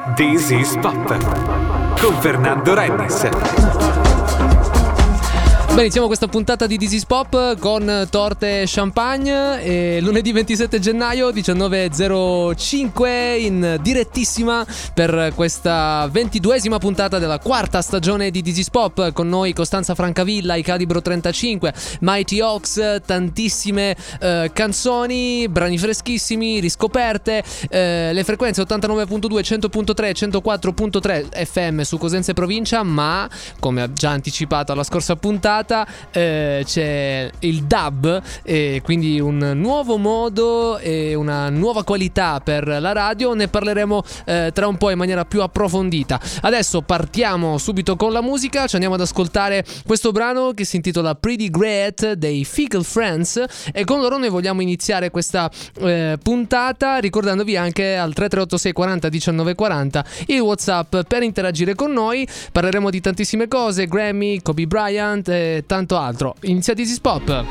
This is Pop con Fernando Rennis. Beh, iniziamo questa puntata di This is Pop con torte e champagne e lunedì 27 gennaio 19.05 in direttissima per questa 22esima puntata della quarta stagione di This is Pop. Con noi Costanza Francavilla, i Calibro 35, Mighty Oaks, tantissime canzoni, brani freschissimi, riscoperte, le frequenze 89.2, 100.3, 104.3 FM su Cosenza e provincia, ma come già anticipato alla scorsa puntata c'è il dub, quindi un nuovo modo e una nuova qualità per la radio. Ne parleremo tra un po' in maniera più approfondita. Adesso partiamo subito con la musica, ci andiamo ad ascoltare questo brano che si intitola Pretty Great dei Fickle Friends e con loro noi vogliamo iniziare questa puntata ricordandovi anche al 3386 40 19 40 il WhatsApp per interagire con noi. Parleremo di tantissime cose, Grammy, Kobe Bryant e tanto altro. Inizia This is Pop.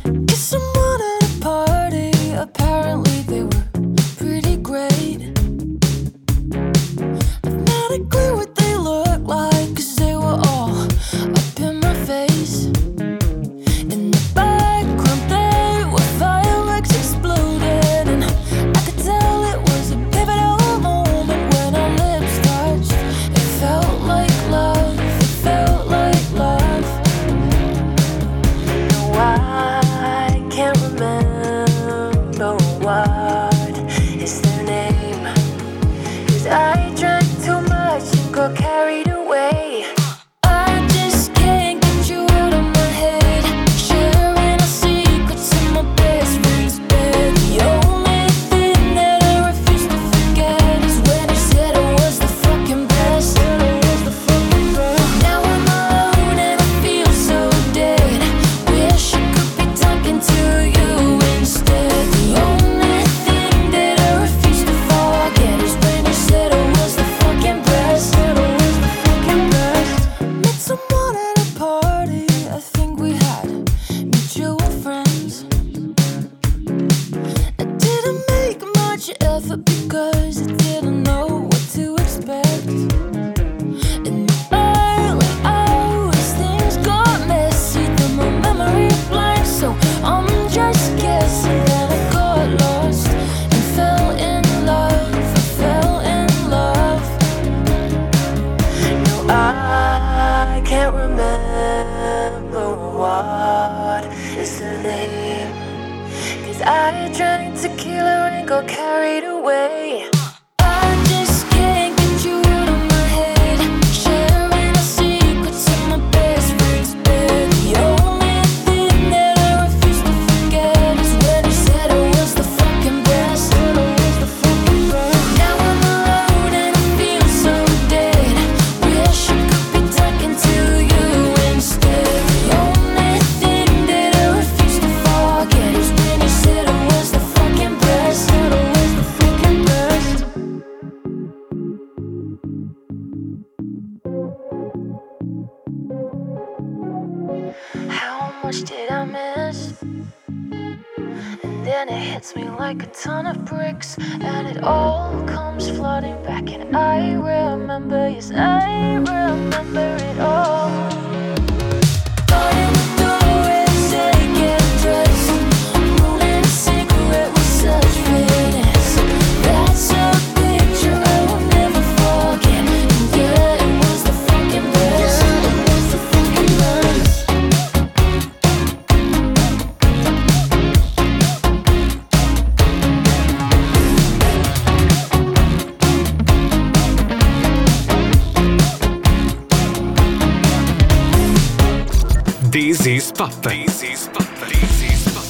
This is Pop. This is Pop. This is Pop.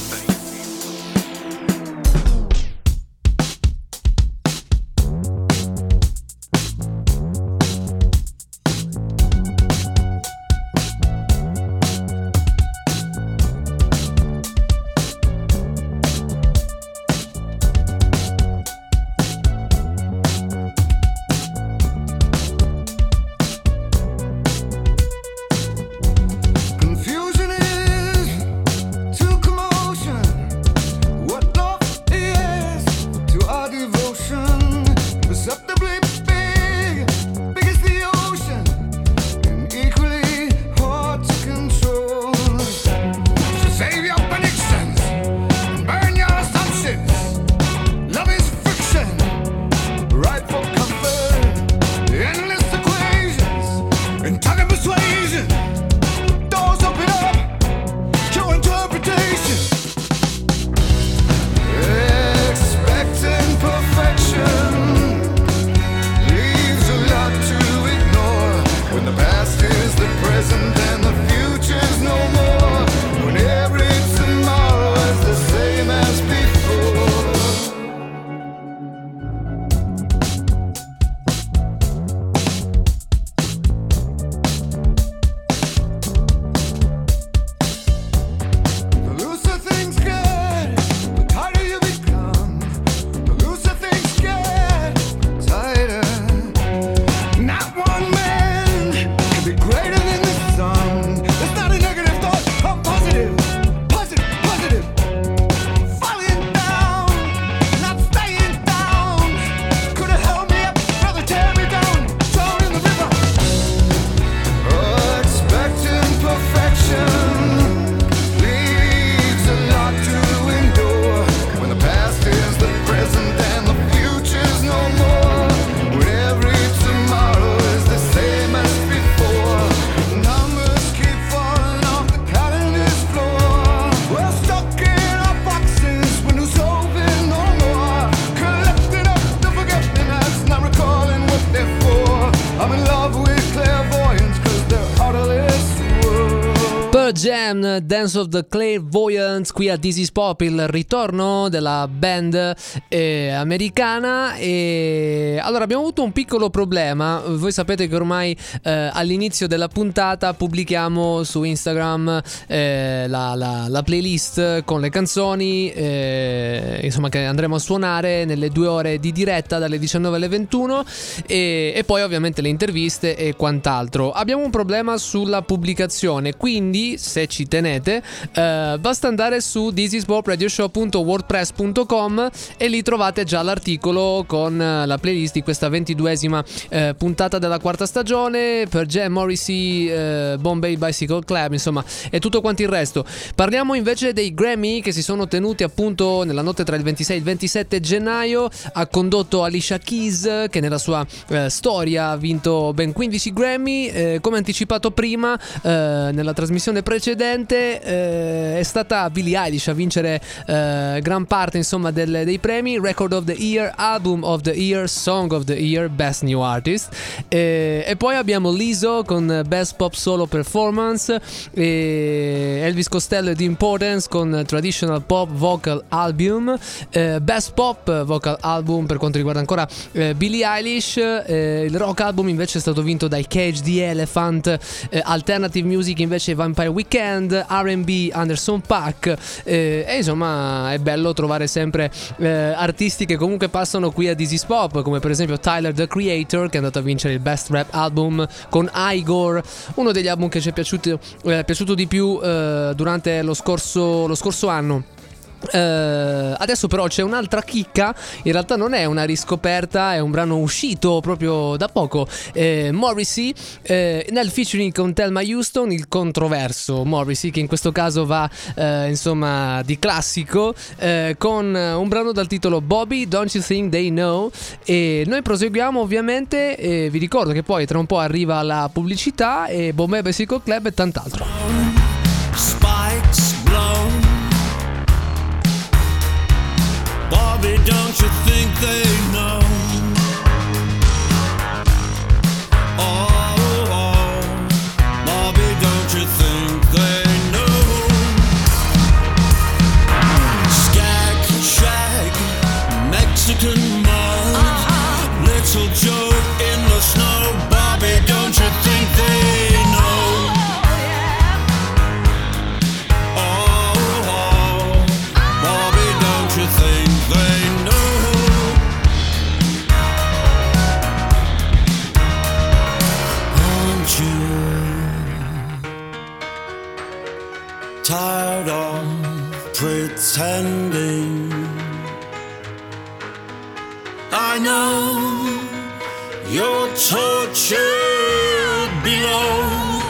Confusion is too common. Pearl Jam, Dance of the Clairvoyants, qui a This Is Pop, il ritorno della band americana. E allora abbiamo avuto un piccolo problema. Voi sapete che ormai all'inizio della puntata pubblichiamo su Instagram la playlist con le canzoni insomma, che andremo a suonare nelle 2 ore di diretta dalle 19 alle 21 e poi ovviamente le interviste e quant'altro. Abbiamo un problema sulla pubblicazione, quindi se ci tenete basta andare su thisispopradioshow.wordpress.com e lì trovate già l'articolo con la playlist di questa 22esima puntata della 4ª stagione, per Jam, Morrissey, Bombay Bicycle Club, insomma, e tutto quanto il resto. Parliamo invece dei Grammy che si sono tenuti appunto nella notte tra il 26 e il 27 gennaio. Ha condotto Alicia Keys, che nella sua storia ha vinto ben 15 Grammy. Come anticipato prima nella trasmissione precedente, è stata Billie Eilish a vincere gran parte, insomma, dei premi: Record of the Year, Album of the Year, Song of the Year, Best New Artist. E poi abbiamo Lizzo con Best Pop Solo Performance, Elvis Costello e The Importance con Traditional Pop Vocal Album, Best Pop Vocal Album per quanto riguarda ancora Billie Eilish. Il Rock Album invece è stato vinto dai Cage the Elephant, Alternative Music invece Vampire Weekend, R&B Anderson .Paak, e insomma è bello trovare sempre artisti che comunque passano qui a This Is Pop, come per esempio Tyler the Creator, che è andato a vincere il Best Rap Album con Igor, uno degli album che ci è piaciuto di più durante lo scorso anno. Adesso però c'è un'altra chicca, in realtà non è una riscoperta, è un brano uscito proprio da poco. Morrissey nel featuring con Thelma Houston, il controverso Morrissey, che in questo caso va insomma di classico, con un brano dal titolo Bobby Don't You Think They Know. E noi proseguiamo ovviamente, vi ricordo che poi tra un po' arriva la pubblicità e Bombay Bicycle Club e tant'altro. Spikes blown, Bobby, don't you think they know? Oh, Bobby, don't you think they know? Skag, shag, Mexican mud, little Joe in the snow. Bobby, don't you think they know? Oh, Bobby, don't you think they know? Aren't you tired of pretending? I know you're tortured below,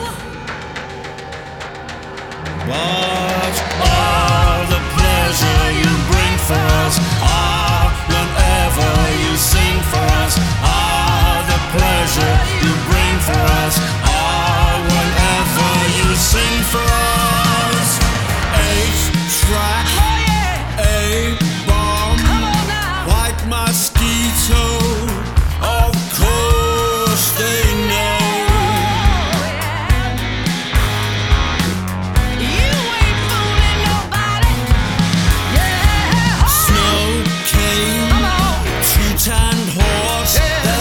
but all the pleasure you bring for us, whenever you sing for us, the pleasure you bring for us, whenever you sing for us. 8-track, A-bomb, white mosquito, of course they know. Snow cane, two-tanned horse.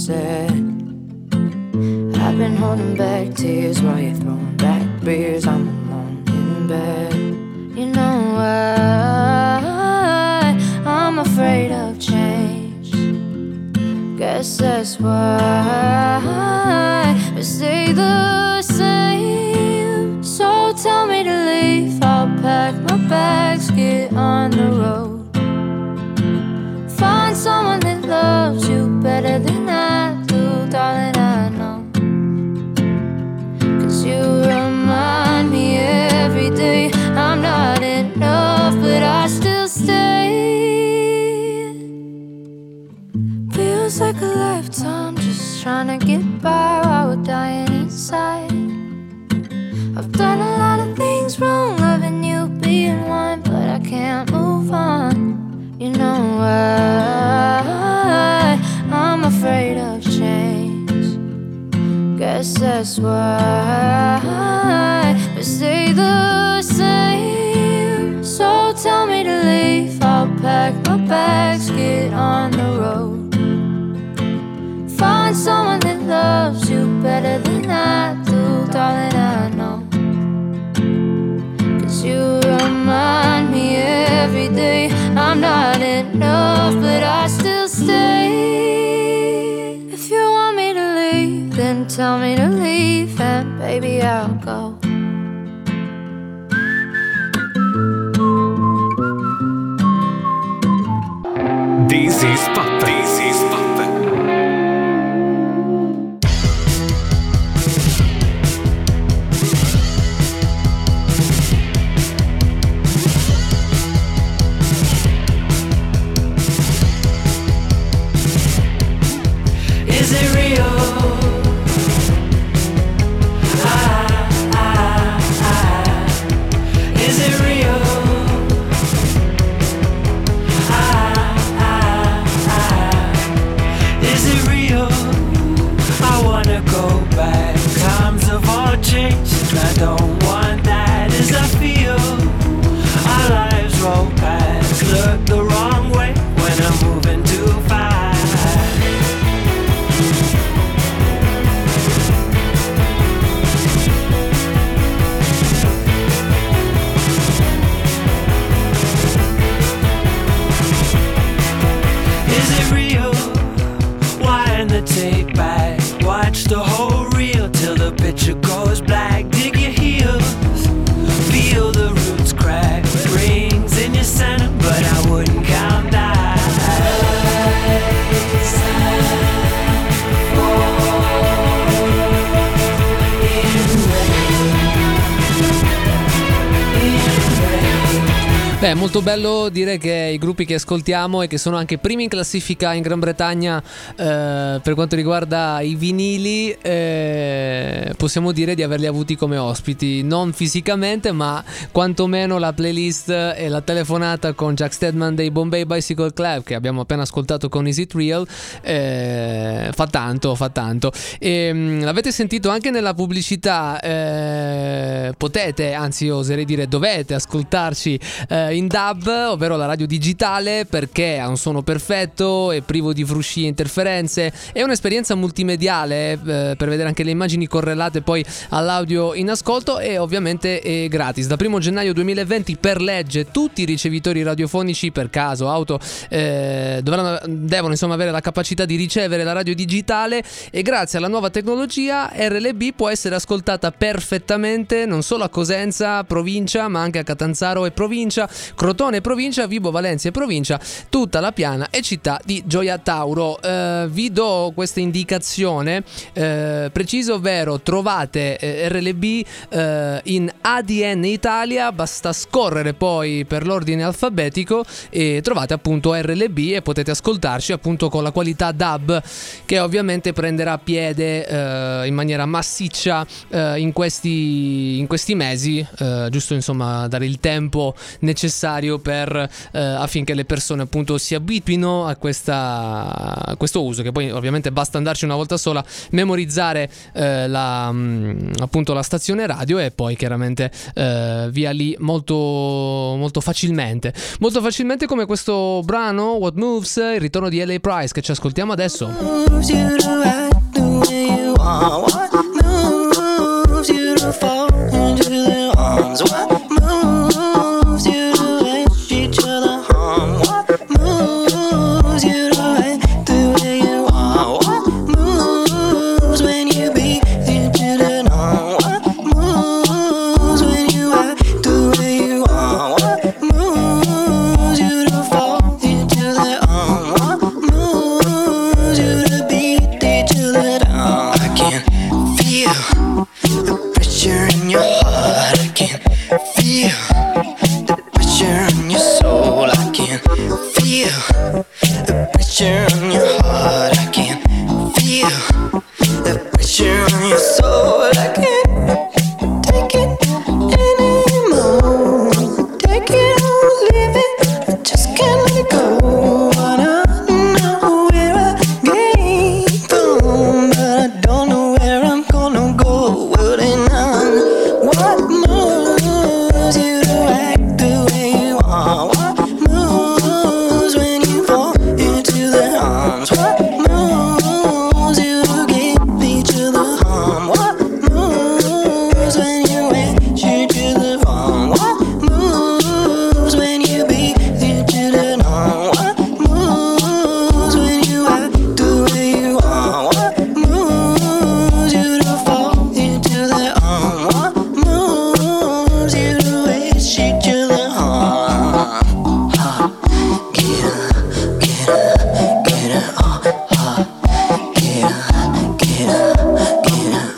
said. I've been holding back tears while you're throwing back beers. I'm alone in bed. You know why I'm afraid of change. Guess that's why we stay the same. So tell me to leave, I'll pack my bags, get on the road. Find someone that loves you better than I do, darling, I know. 'Cause you remind me every day I'm not enough, but I still stay. Feels like a lifetime just trying to get by while we're dying inside. I've done a lot of things wrong, loving you, being one, but I can't move on. You know why I'm afraid of change. Guess that's why we stay the same. So tell me to leave, I'll pack my bags, get on the road. Find someone that loves you better than I do, darling, I know. 'Cause you remind me every day I'm not enough, but I still stay. If you want me to leave, then tell me to leave, and baby I'll go. This is Pop. This is Pop. Is it real? Is it real? Is it real? I wanna go back. Times have all changed. I don't want that. As I feel our lives roll past, look the wrong way when I'm moving too fast. Is it real? Wind the tape back, watch the whole reel till the picture goes black. Dig your heels, feel the roots crack. Rings in your center, but I wouldn't count that. Beh, è molto bello dire che i gruppi che ascoltiamo e che sono anche primi in classifica in Gran Bretagna per quanto riguarda i vinili, possiamo dire di averli avuti come ospiti, non fisicamente ma quantomeno la playlist e la telefonata con Jack Stedman dei Bombay Bicycle Club che abbiamo appena ascoltato con Is It Real fa tanto. L'avete sentito anche nella pubblicità, potete, anzi oserei dire dovete ascoltarci in DAB, ovvero la radio digitale, perché ha un suono perfetto, è privo di frusci e interferenze, è un'esperienza multimediale per vedere anche le immagini correlate poi all'audio in ascolto, e ovviamente è gratis. Da 1 gennaio 2020 per legge tutti i ricevitori radiofonici per caso auto devono insomma avere la capacità di ricevere la radio digitale, e grazie alla nuova tecnologia RLB può essere ascoltata perfettamente non solo a Cosenza provincia ma anche a Catanzaro e provincia, Crotone provincia, Vibo Valencia e provincia, tutta la Piana e città di Gioia Tauro. Vi do questa indicazione precisa, ovvero trovate RLB in ADN Italia, basta scorrere poi per l'ordine alfabetico e trovate appunto RLB e potete ascoltarci appunto con la qualità DAB che ovviamente prenderà piede in maniera massiccia in questi mesi, giusto insomma dare il tempo necessario necessario per affinché le persone appunto si abituino a questo uso, che poi ovviamente basta andarci una volta sola, memorizzare appunto la stazione radio e poi chiaramente via lì molto, molto facilmente come questo brano What Moves, il ritorno di L.A. Price che ci ascoltiamo adesso. Moves you to act the way you are. What moves you to fall into their arms? What moves you to wish each other harm? What moves you to act the way you are? What moves when you be into the norm? What moves when you act the way you are? What moves you to fall into their arm? What moves you to beat each other down? I can feel the pressure in your heart. I can feel the pressure in your soul. I can feel the pressure in your heart. I can feel the pressure on your soul. I can't take it anymore. Take it or leave it. I just can't let it go. I don't know where I came from, but I don't know where I'm gonna go. Holding on. What moves you to act the way you are? What moves when you fall into their arms? What moves you to give each other harm? What moves when you wish each other wrong? What moves when you be each other wrong? What moves when you act the way you are? What moves you to fall into their arms? What moves you to wish each other harm? Get up, get up, get up, get up, get up, get up,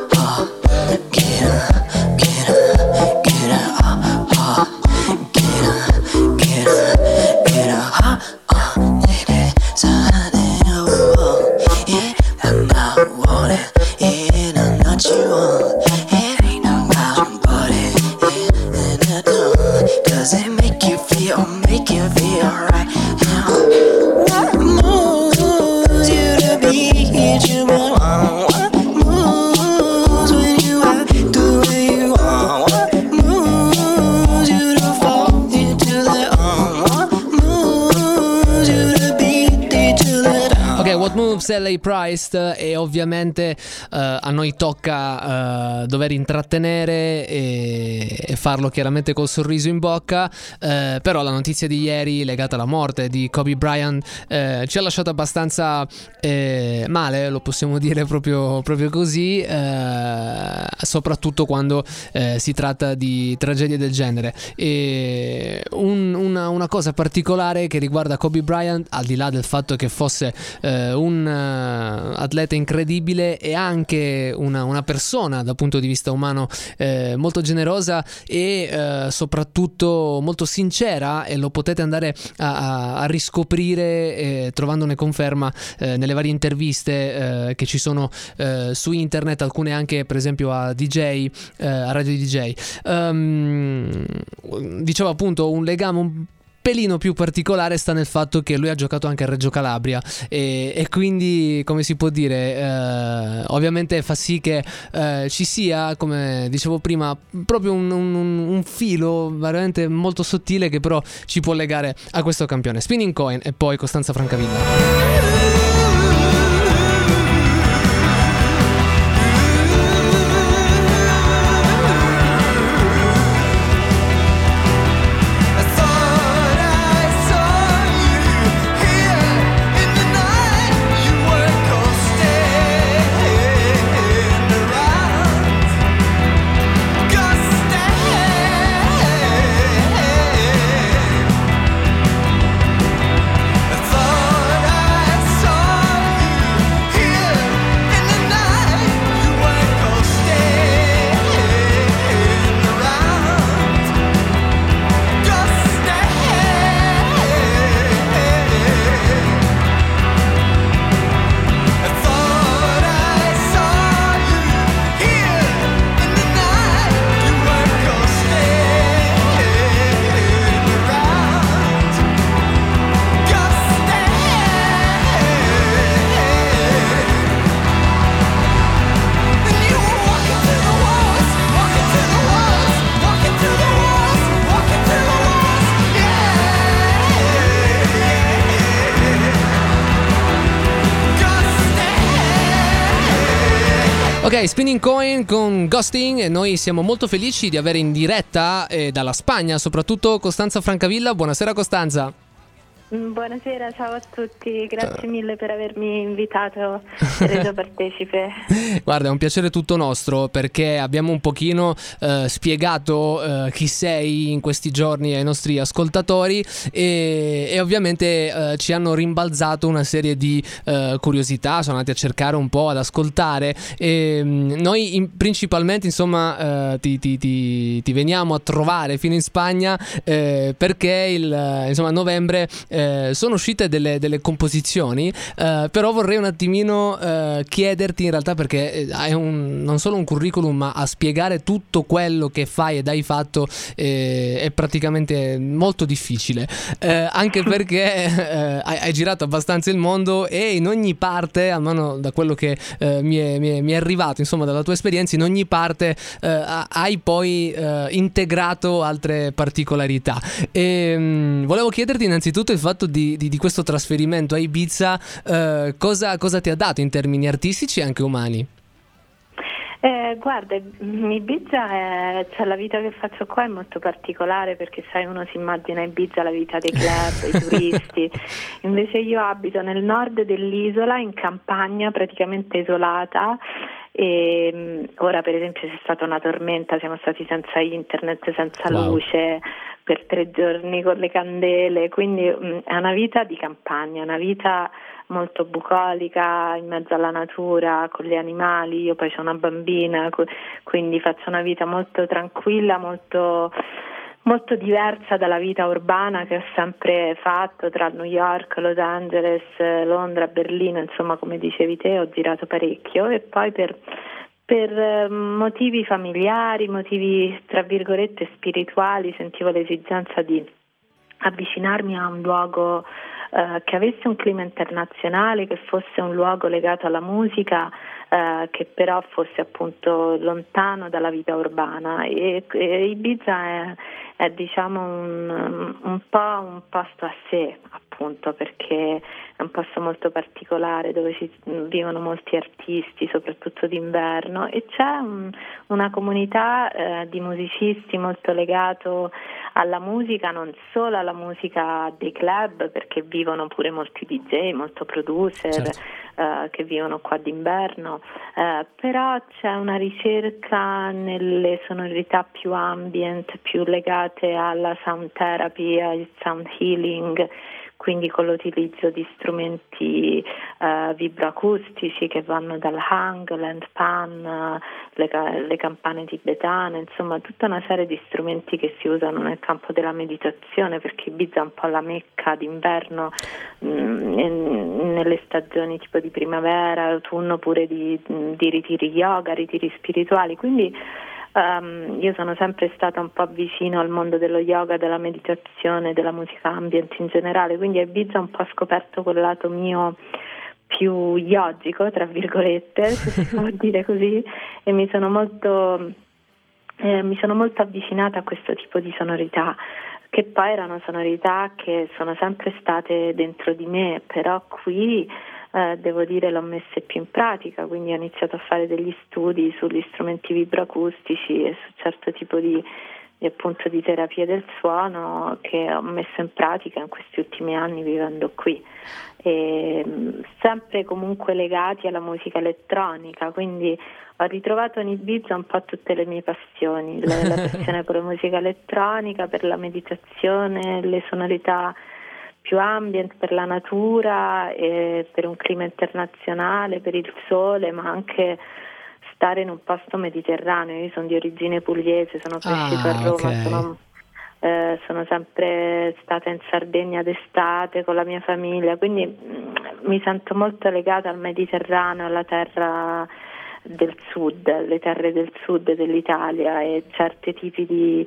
get up, get up, get up, get up, get up, get up, baby, something it about what it not you want. It ain't about body, and I don't. Does it make you feel right? What moves you to be you want? What moves when you act the way you are? What moves you to fall into their arms? What moves you to beat each other down? Ok, What Moves L.A. Price, e ovviamente a noi tocca dover intrattenere e farlo chiaramente col sorriso in bocca, però la notizia di ieri legata alla morte di Kobe Bryant ci ha lasciato abbastanza male, lo possiamo dire proprio così, soprattutto quando si tratta di tragedie del genere. E una cosa particolare che riguarda Kobe Bryant, al di là del fatto che fosse un atleta incredibile e anche una persona dal punto di vista umano molto generosa e soprattutto molto sincera, e lo potete andare a riscoprire trovandone conferma nelle varie interviste che ci sono su internet, alcune anche per esempio a DJ, a Radio DJ. Dicevo appunto, un legame un pelino più particolare sta nel fatto che lui ha giocato anche a Reggio Calabria e quindi, come si può dire, ovviamente fa sì che ci sia, come dicevo prima, proprio un filo veramente molto sottile che però ci può legare a questo campione. Spinning Coin e poi Costanza Francavilla. I thought I Ok, Spinning Coin con Ghosting, e noi siamo molto felici di avere in diretta dalla Spagna soprattutto Costanza Francavilla. Buonasera Costanza. Buonasera, ciao a tutti, grazie mille per avermi invitato e reso partecipe. Guarda, è un piacere tutto nostro, perché abbiamo un pochino spiegato chi sei in questi giorni ai nostri ascoltatori e ovviamente ci hanno rimbalzato una serie di curiosità, sono andati a cercare un po', ad ascoltare, e noi principalmente insomma ti veniamo a trovare fino in Spagna perché insomma a novembre sono uscite delle composizioni, però vorrei un attimino chiederti in realtà, perché hai non solo un curriculum, ma a spiegare tutto quello che fai ed hai fatto è praticamente molto difficile, anche perché hai girato abbastanza il mondo e in ogni parte, almeno da quello che mi è arrivato insomma dalla tua esperienza, in ogni parte hai poi integrato altre particolarità, e volevo chiederti innanzitutto il fatto di questo trasferimento a Ibiza, cosa ti ha dato in termini artistici e anche umani? Guarda, Ibiza cioè la vita che faccio qua è molto particolare, perché sai, uno si immagina Ibiza la vita dei club, i turisti, invece io abito nel nord dell'isola, in campagna, praticamente isolata. E ora per esempio c'è stata una tormenta, siamo stati senza internet, senza luce per 3 giorni con le candele, quindi è una vita di campagna, una vita molto bucolica, in mezzo alla natura, con gli animali. Io poi ho una bambina, quindi faccio una vita molto tranquilla, molto diversa dalla vita urbana che ho sempre fatto tra New York, Los Angeles, Londra, Berlino, insomma, come dicevi te, ho girato parecchio, e poi per motivi familiari, motivi tra virgolette spirituali, sentivo l'esigenza di avvicinarmi a un luogo che avesse un clima internazionale, che fosse un luogo legato alla musica, che però fosse appunto lontano dalla vita urbana, e Ibiza è diciamo un po' un posto a sé, appunto perché è un posto molto particolare dove vivono molti artisti, soprattutto d'inverno, e c'è una comunità di musicisti molto legato alla musica, non solo alla musica dei club, perché vivono pure molti DJ, molto producer, certo, che vivono qua d'inverno, però c'è una ricerca nelle sonorità più ambient, più legate alla sound therapy, al sound healing, quindi con l'utilizzo di strumenti vibroacustici che vanno dal hang, l'hand pan, le campane tibetane, insomma tutta una serie di strumenti che si usano nel campo della meditazione, perché Ibiza è un po' la mecca d'inverno, nelle stagioni tipo di primavera, autunno, pure di ritiri yoga, ritiri spirituali, quindi io sono sempre stata un po' vicino al mondo dello yoga, della meditazione, della musica ambient in generale, quindi a Ibiza un po' scoperto quel lato mio più yogico, tra virgolette, se si può dire così, e mi sono molto avvicinata a questo tipo di sonorità, che poi erano sonorità che sono sempre state dentro di me, però qui devo dire l'ho messe più in pratica, quindi ho iniziato a fare degli studi sugli strumenti vibroacustici e su certo tipo di appunto di terapia del suono, che ho messo in pratica in questi ultimi anni vivendo qui, e sempre comunque legati alla musica elettronica, quindi ho ritrovato in Ibiza un po' tutte le mie passioni, la passione per la musica elettronica, per la meditazione, le sonorità più ambient, per la natura, per un clima internazionale, per il sole, ma anche stare in un posto mediterraneo. Io sono di origine pugliese, sono cresciuta a Roma, okay. Sono sempre stata in Sardegna d'estate con la mia famiglia, quindi mi sento molto legata al Mediterraneo, alla terra del sud, le terre del sud dell'Italia, e certi tipi di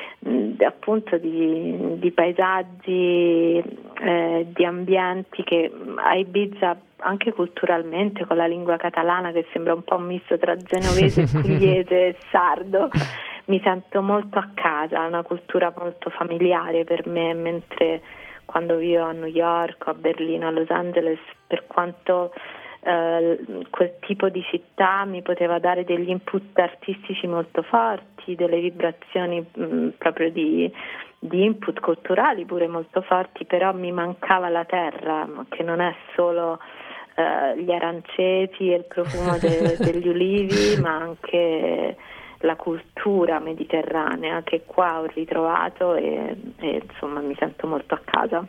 paesaggi, di ambienti che a Ibiza, anche culturalmente, con la lingua catalana che sembra un po' un misto tra genovese, pugliese e sardo, mi sento molto a casa, è una cultura molto familiare per me, mentre quando vivo a New York, a Berlino, a Los Angeles, per quanto quel tipo di città mi poteva dare degli input artistici molto forti, delle vibrazioni proprio di input culturali pure molto forti, però mi mancava la terra, che non è solo gli aranceti e il profumo degli ulivi, ma anche la cultura mediterranea che qua ho ritrovato e insomma mi sento molto a casa.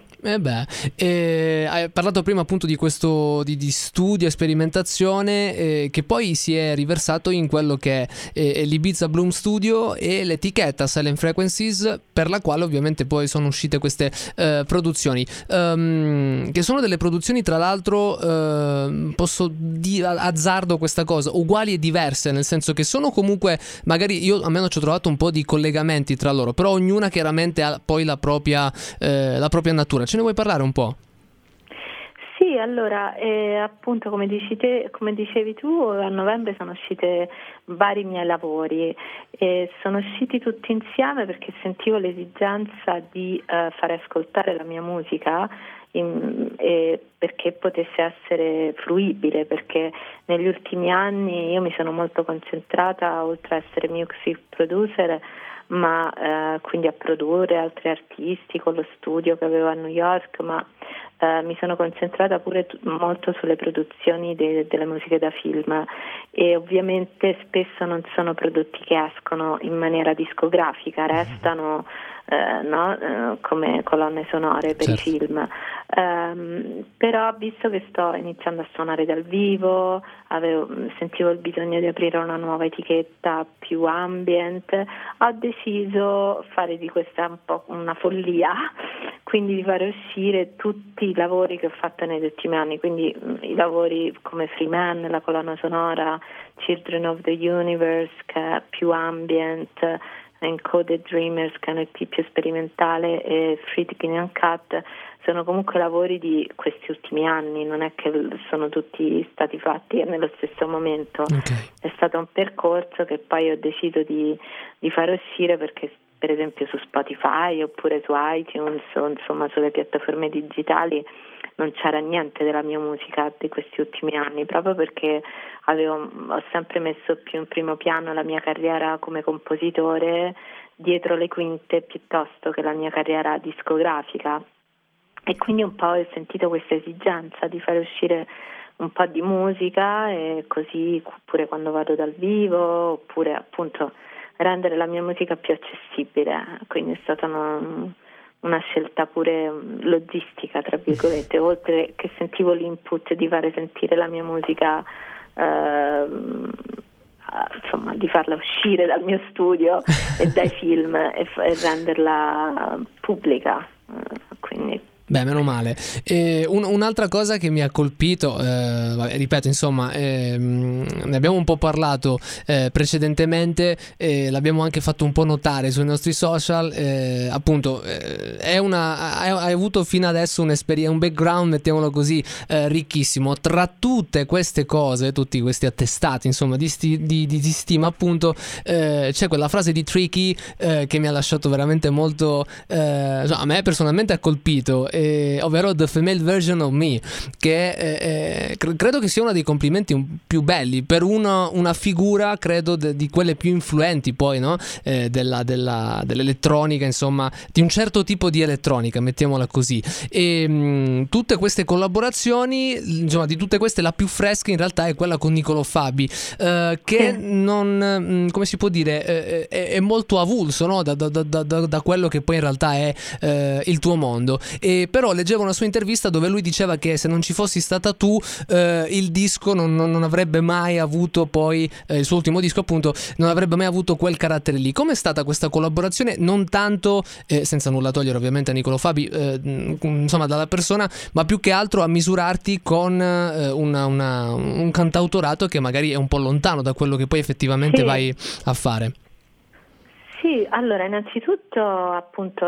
Hai parlato prima appunto di questo di studio e sperimentazione che poi si è riversato in quello che è l'Ibiza Bloom Studio e l'etichetta Silent Frequencies, per la quale ovviamente poi sono uscite queste produzioni che sono delle produzioni, tra l'altro posso dire, azzardo questa cosa, uguali e diverse, nel senso che sono comunque, magari io almeno ci ho trovato un po' di collegamenti tra loro, però ognuna chiaramente ha poi la propria natura. Ce ne vuoi parlare un po'? Sì, allora appunto come dicevi tu, a novembre sono uscite vari miei lavori e sono usciti tutti insieme perché sentivo l'esigenza di fare ascoltare la mia musica perché potesse essere fruibile, perché negli ultimi anni io mi sono molto concentrata, oltre a essere music producer, ma quindi a produrre altri artisti con lo studio che avevo a New York, ma mi sono concentrata pure molto sulle produzioni delle musiche da film, e ovviamente spesso non sono prodotti che escono in maniera discografica, restano come colonne sonore per certo. i film. Però visto che sto iniziando a suonare dal vivo, sentivo il bisogno di aprire una nuova etichetta più ambient, ho deciso fare di questa un po' una follia, quindi di fare uscire tutti i lavori che ho fatto negli ultimi anni, quindi i lavori come Free Man, la colonna sonora, Children of the Universe, che è più ambient, Encoded Dreamers, che è un EP più sperimentale, e Free Ticket Uncut, sono comunque lavori di questi ultimi anni, non è che sono tutti stati fatti nello stesso momento. Okay. È stato un percorso che poi ho deciso di fare uscire, perché per esempio su Spotify oppure su iTunes o insomma sulle piattaforme digitali non c'era niente della mia musica di questi ultimi anni, proprio perché ho sempre messo più in primo piano la mia carriera come compositore dietro le quinte piuttosto che la mia carriera discografica, e quindi un po' ho sentito questa esigenza di fare uscire un po' di musica, e così pure quando vado dal vivo, oppure appunto rendere la mia musica più accessibile, quindi è stata una scelta pure logistica, tra virgolette, oltre che sentivo l'input di fare sentire la mia musica, insomma di farla uscire dal mio studio e dai film e renderla pubblica, quindi. Beh, meno male. Un'altra cosa che mi ha colpito, ripeto, insomma, ne abbiamo un po' parlato precedentemente, l'abbiamo anche fatto un po' notare sui nostri social, appunto, hai avuto fino adesso un background, mettiamolo così, ricchissimo. Tra tutte queste cose, tutti questi attestati, insomma, di stima, appunto, c'è quella frase di Tricky che mi ha lasciato veramente molto, a me personalmente ha colpito, ovvero The Female Version of Me, che credo che sia uno dei complimenti più belli per una figura, credo, di quelle più influenti poi, no? Dell'elettronica, insomma, di un certo tipo di elettronica, mettiamola così. E tutte queste collaborazioni, insomma, di tutte queste la più fresca in realtà è quella con Niccolò Fabi, che non, come si può dire, è molto avulso, no? da quello che poi in realtà è il tuo mondo. E però leggevo una sua intervista dove lui diceva che se non ci fossi stata tu, il disco non avrebbe mai avuto poi, il suo ultimo disco appunto, non avrebbe mai avuto quel carattere lì. Com'è stata questa collaborazione? Non tanto, senza nulla togliere ovviamente a Niccolò Fabi, insomma, dalla persona, ma più che altro a misurarti con un cantautorato che magari è un po' lontano da quello che poi effettivamente vai a fare. Sì, allora innanzitutto appunto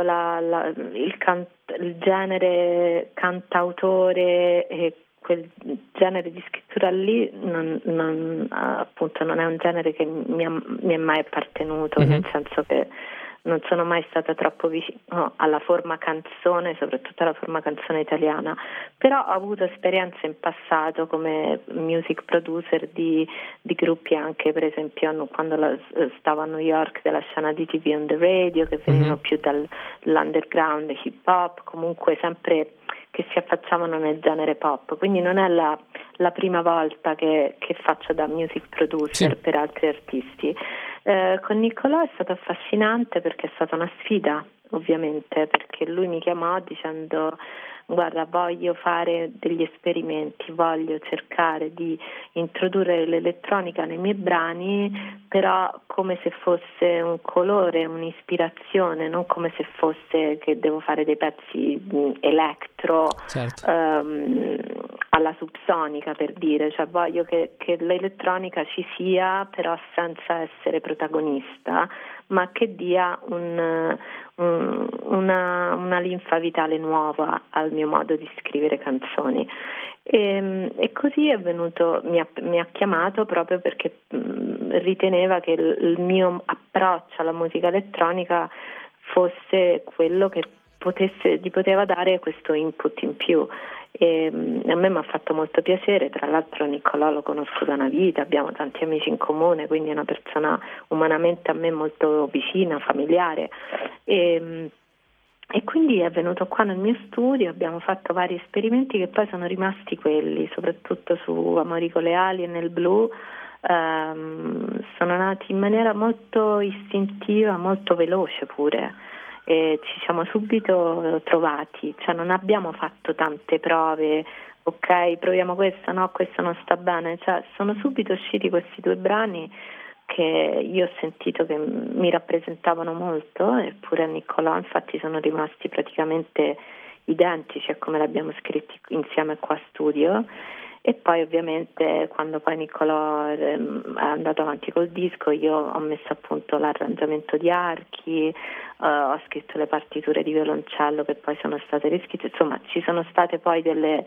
il genere cantautore e quel genere di scrittura lì appunto non è un genere che mi è mai appartenuto, nel senso che non sono mai stata troppo vicino alla forma canzone, soprattutto alla forma canzone italiana, però ho avuto esperienze in passato come music producer di gruppi anche, per esempio quando stavo a New York, della scena di TV on the radio, che venivano più dall'underground hip hop, comunque sempre che si affacciavano nel genere pop, quindi non è la prima volta che faccio da music producer per altri artisti. Con Niccolò è stato affascinante perché è stata una sfida, ovviamente, perché lui mi chiamò dicendo: guarda, voglio fare degli esperimenti, voglio cercare di introdurre l'elettronica nei miei brani, però come se fosse un colore, un'ispirazione, non come se fosse che devo fare dei pezzi electro, certo, alla subsonica, per dire, cioè voglio che l'elettronica ci sia, però senza essere protagonista, ma che dia una linfa vitale nuova al mio modo di scrivere canzoni. E così è venuto, mi ha chiamato proprio perché riteneva che il mio approccio alla musica elettronica fosse quello che gli poteva dare questo input in più. E a me mi ha fatto molto piacere. Tra l'altro Niccolò lo conosco da una vita, abbiamo tanti amici in comune, quindi è una persona umanamente a me molto vicina, familiare, e quindi è venuto qua nel mio studio, abbiamo fatto vari esperimenti che poi sono rimasti quelli, soprattutto su Amori con le ali e nel blu. Sono nati in maniera molto istintiva, molto veloce pure, e ci siamo subito trovati, cioè non abbiamo fatto tante prove, ok, proviamo questa, no, questo non sta bene, cioè sono subito usciti questi due brani che io ho sentito che mi rappresentavano molto, eppure a Niccolò infatti sono rimasti praticamente identici a come l'abbiamo scritti insieme qua a studio. E poi ovviamente quando poi Niccolò è andato avanti col disco, io ho messo a punto l'arrangiamento di archi, ho scritto le partiture di violoncello che poi sono state riscritte, insomma ci sono state poi delle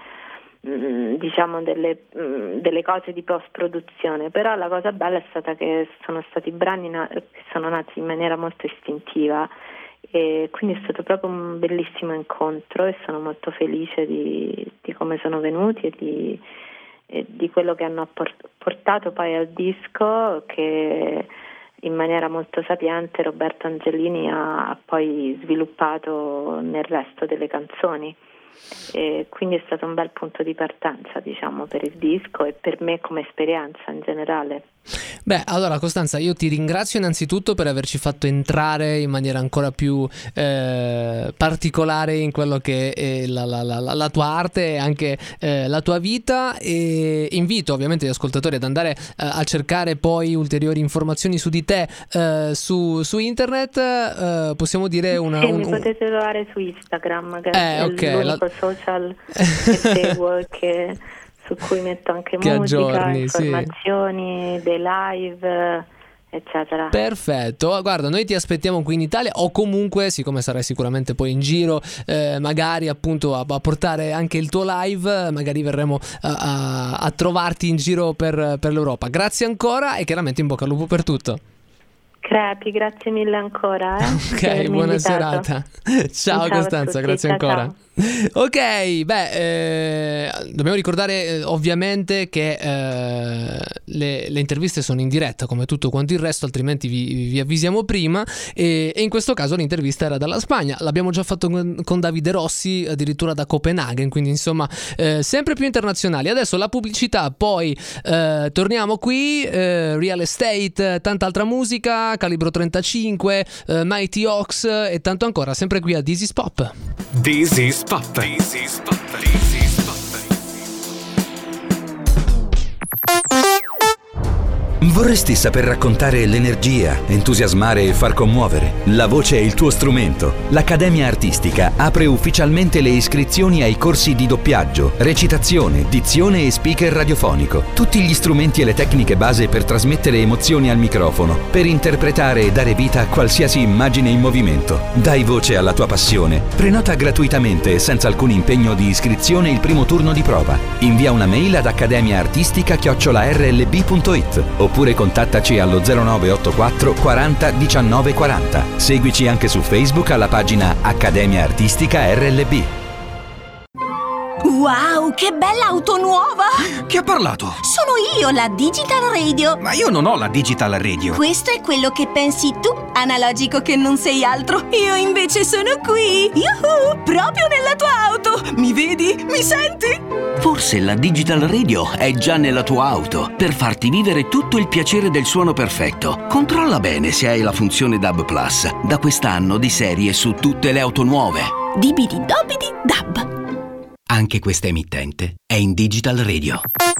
cose di post produzione, però la cosa bella è stata che sono stati brani che sono nati in maniera molto istintiva, e quindi è stato proprio un bellissimo incontro e sono molto felice di come sono venuti e di quello che hanno portato poi al disco, che in maniera molto sapiente Roberto Angelini ha poi sviluppato nel resto delle canzoni. E quindi è stato un bel punto di partenza, diciamo, per il disco e per me come esperienza in generale. Beh, allora Costanza, io ti ringrazio innanzitutto per averci fatto entrare in maniera ancora più particolare in quello che è la tua arte e anche la tua vita, e invito ovviamente gli ascoltatori ad andare a cercare poi ulteriori informazioni su di te su internet. Possiamo dire mi potete trovare su Instagram, che è l'unico social che seguo e su cui metto anche musica, informazioni, dei live, eccetera. Perfetto, guarda, noi ti aspettiamo qui in Italia, o comunque, siccome sarai sicuramente poi in giro, magari appunto a portare anche il tuo live, magari verremo a trovarti in giro per l'Europa. Grazie ancora e chiaramente in bocca al lupo per tutto. Crepi, grazie mille ancora. Ok, buona serata. Ciao Costanza, grazie ancora. Ciao. Ok, dobbiamo ricordare ovviamente che le interviste sono in diretta come tutto quanto il resto, altrimenti vi avvisiamo prima, e in questo caso l'intervista era dalla Spagna. L'abbiamo già fatto con Davide Rossi, addirittura da Copenaghen, quindi insomma sempre più internazionali. Adesso la pubblicità, poi torniamo qui, Real Estate, tanta altra musica, Calibro 35, Mighty Ox e tanto ancora, sempre qui a This is Pop. This is Pop. This is Pop. This is Pop. Vorresti saper raccontare l'energia, entusiasmare e far commuovere? La voce è il tuo strumento. L'Accademia Artistica apre ufficialmente le iscrizioni ai corsi di doppiaggio, recitazione, dizione e speaker radiofonico. Tutti gli strumenti e le tecniche base per trasmettere emozioni al microfono, per interpretare e dare vita a qualsiasi immagine in movimento. Dai voce alla tua passione. Prenota gratuitamente e senza alcun impegno di iscrizione il primo turno di prova. Invia una mail ad accademiaartistica@rlb.it oppure oppure contattaci allo 0984 40 19 40. Seguici anche su Facebook alla pagina Accademia Artistica RLB. Wow, che bella auto nuova! Chi ha parlato? Sono io, la Digital Radio. Ma io non ho la Digital Radio. Questo è quello che pensi tu, analogico che non sei altro. Io invece sono qui, yuhu, proprio nella tua auto. Mi vedi? Mi senti? Forse la Digital Radio è già nella tua auto per farti vivere tutto il piacere del suono perfetto. Controlla bene se hai la funzione DAB+, da quest'anno di serie su tutte le auto nuove. Dibidi dobidi dab. Anche questa emittente è in Digital Radio.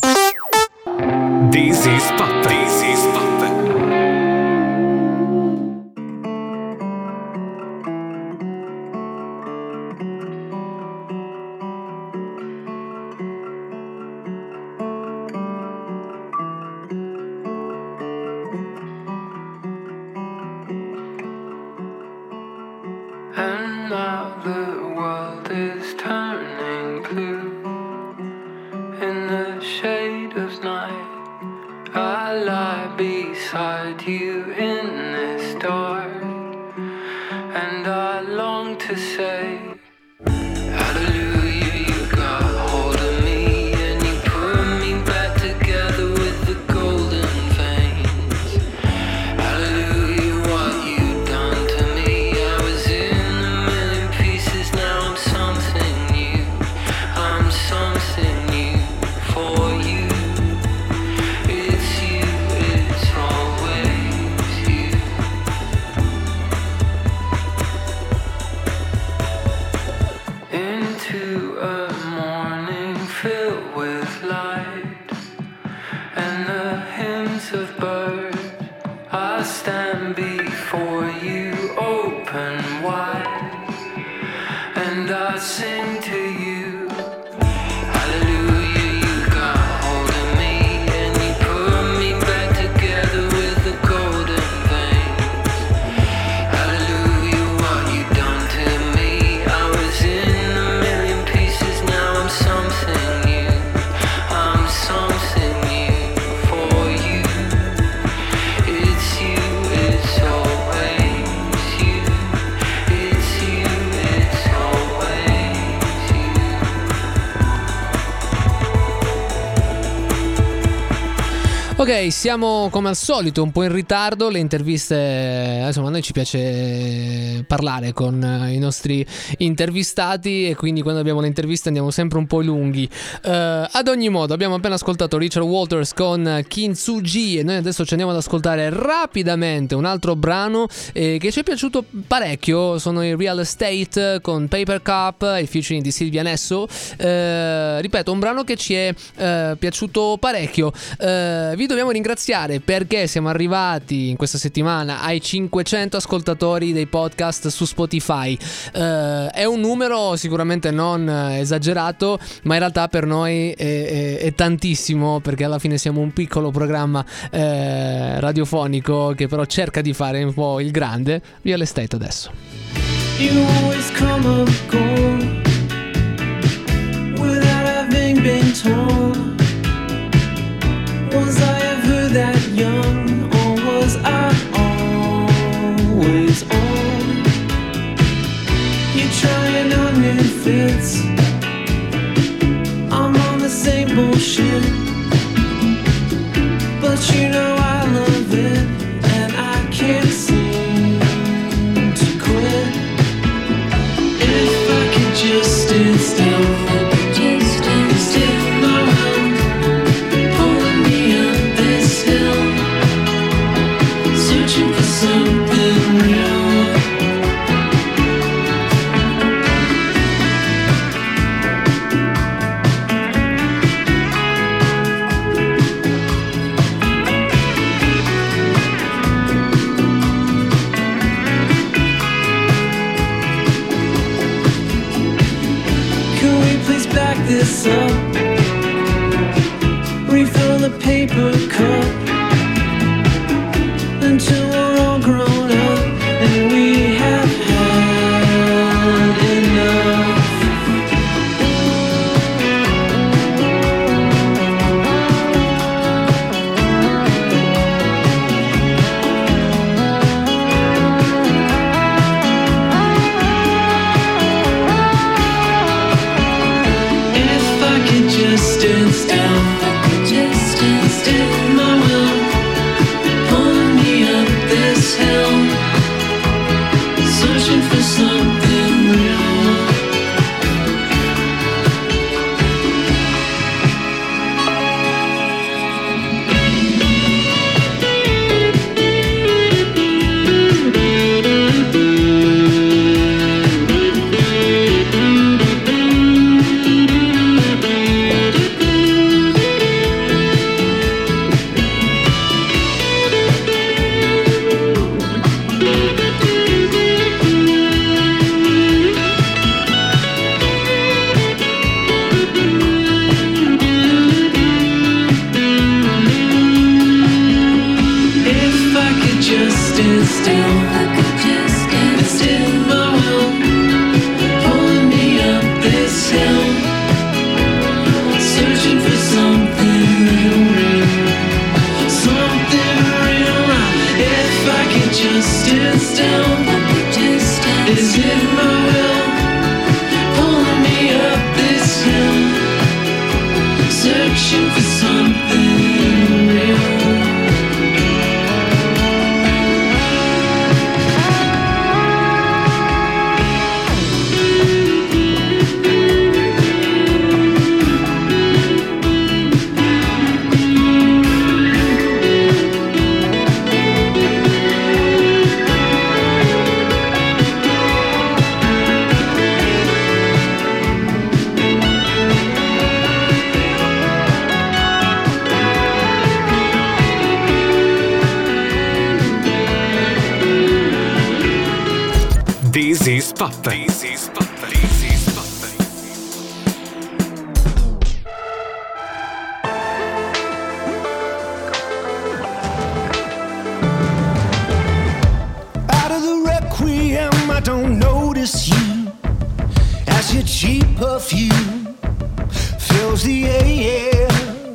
This is Pop. This is Pop. And now the world is turning blue in the shade of night. I lie beside you in this dark, and I long to say, hallelujah, you got hold of me, and you put me back together with the golden veins. Hallelujah, what you done to me. I was in a million pieces, now I'm something new. I'm something new for you. It's you, it's always you. Into a morning filled with light and the hymns of birds, I stand before you open wide, and I sing to you, hallelujah, you got hold of me, and you put me back together with the golden veins. Hallelujah, what you done to me. I was in a million pieces, now I'm something new. I'm something new for you. It's you, it's always you. It's you, it's always you. Ok, siamo come al solito un po' in ritardo. Le interviste, insomma, a noi ci piace parlare con i nostri intervistati, e quindi quando abbiamo le interviste andiamo sempre un po' lunghi. Ad ogni modo, abbiamo appena ascoltato Richard Walters con Kintsugi, e noi adesso ci andiamo ad ascoltare rapidamente un altro brano che ci è piaciuto parecchio. Sono i Real Estate con Paper Cup, il featuring di Silvia Nesso. Ripeto, un brano che ci è piaciuto parecchio. Vi dobbiamo ringraziare perché siamo arrivati in questa settimana ai 500 ascoltatori dei podcast su Spotify. È un numero sicuramente non esagerato, ma in realtà per noi è tantissimo, perché alla fine siamo un piccolo programma radiofonico che però cerca di fare un po' il grande. Real Estate adesso. You always come and go without having been told. Was I ever that young, or was I always old? You're trying on new fits, I'm on the same bullshit, but you know I love it, and I can't seem to quit. If I could just stand still, just stand still, my hand pulling me up this hill, searching for something real. Can we please back this up? Refill the paper cup until we're all grown up and we have had enough. stand still. It's in my will, pulling me up this hill, searching for something real, something real. If I could just stand still, it's in my will, pulling me up this hill, searching for something real. This is Pop. This is Pop. This is Pop. Out of the requiem, I don't notice you as your cheap perfume fills the air.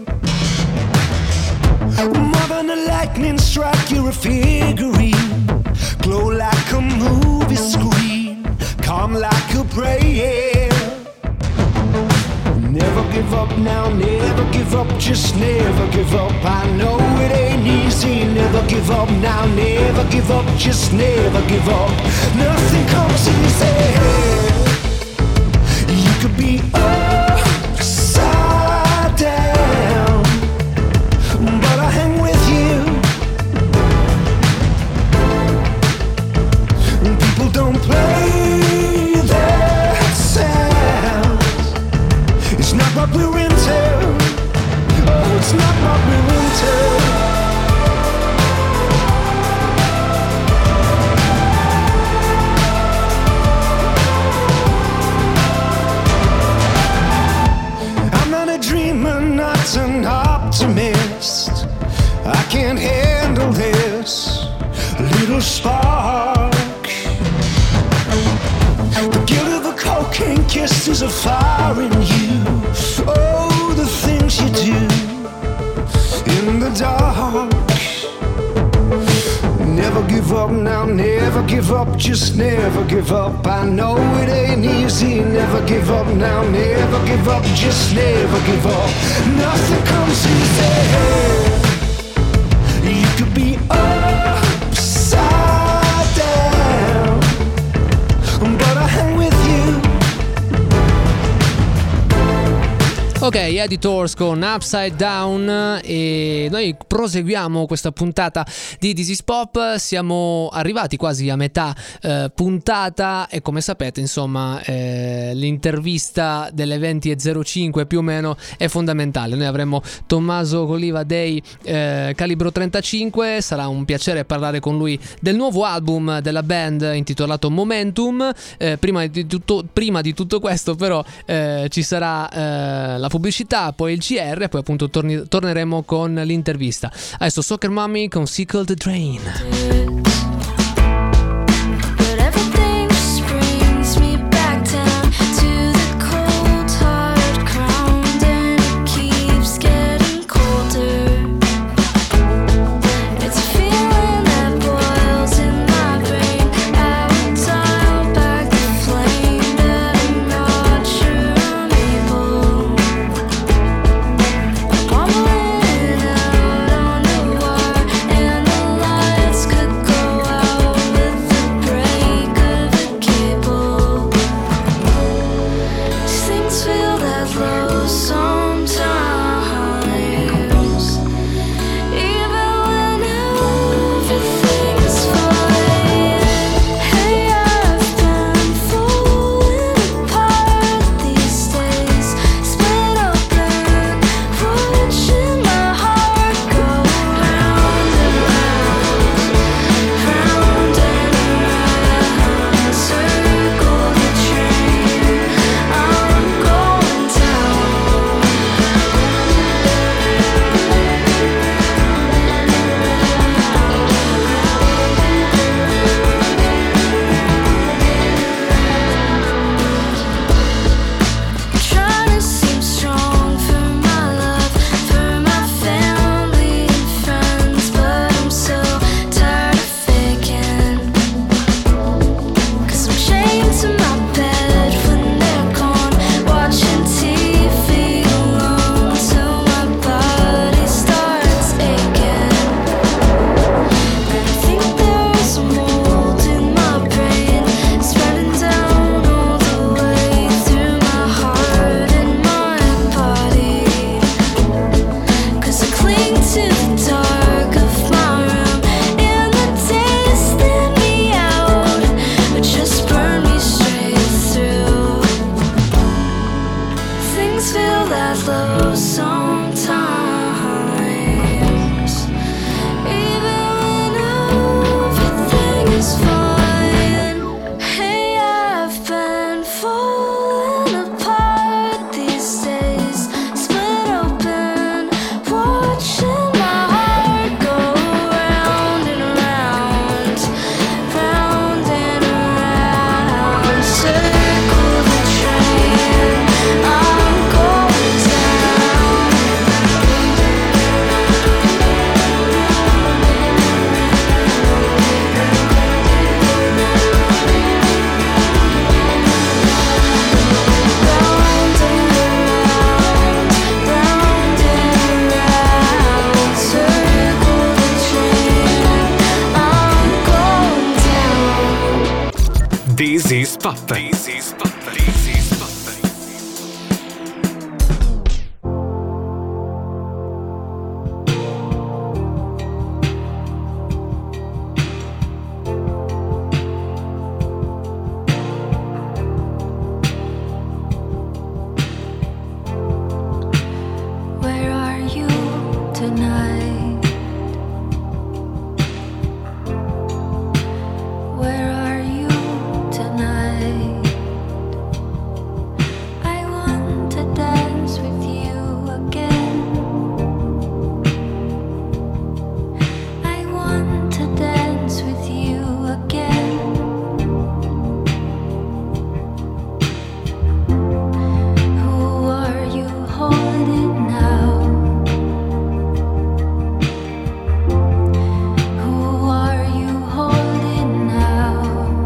More than a lightning strike, you're a figurine, glow like a movie screen, calm like a prayer. Never give up now, never give up, just never give up. I know it ain't easy, never give up now, never give up, just never give up. Nothing comes easy. You could be upside down, but I hang with you. People don't play that sound. It's not what we're into. Oh, it's not what we're into. I'm not a dreamer, not an optimist. I can't handle this little spark. The guilt of a cocaine kiss is a fire in you. Oh, the things you do in the dark. Never give up now, never give up, just never give up. I know it ain't easy, never give up now, never give up, just never give up. Nothing comes easy. You could be upside down, but I hang with you. Ok, Editors con Upside Down, e noi proseguiamo questa puntata di This is Pop. Siamo arrivati quasi a metà puntata e, come sapete, insomma, l'intervista delle 20:05 più o meno è fondamentale. Noi avremo Tommaso Coliva dei Calibro 35, sarà un piacere parlare con lui del nuovo album della band intitolato Momentum. Prima di tutto questo però ci sarà la pubblicità, poi il GR, poi appunto torneremo con l'intervista. Adesso Soccer Mommy con Sickle the Drain. Could go This is Pop. Where are you tonight? Where are you tonight? I want to dance with you again. I want to dance with you again. Who are you holding now? Who are you holding now?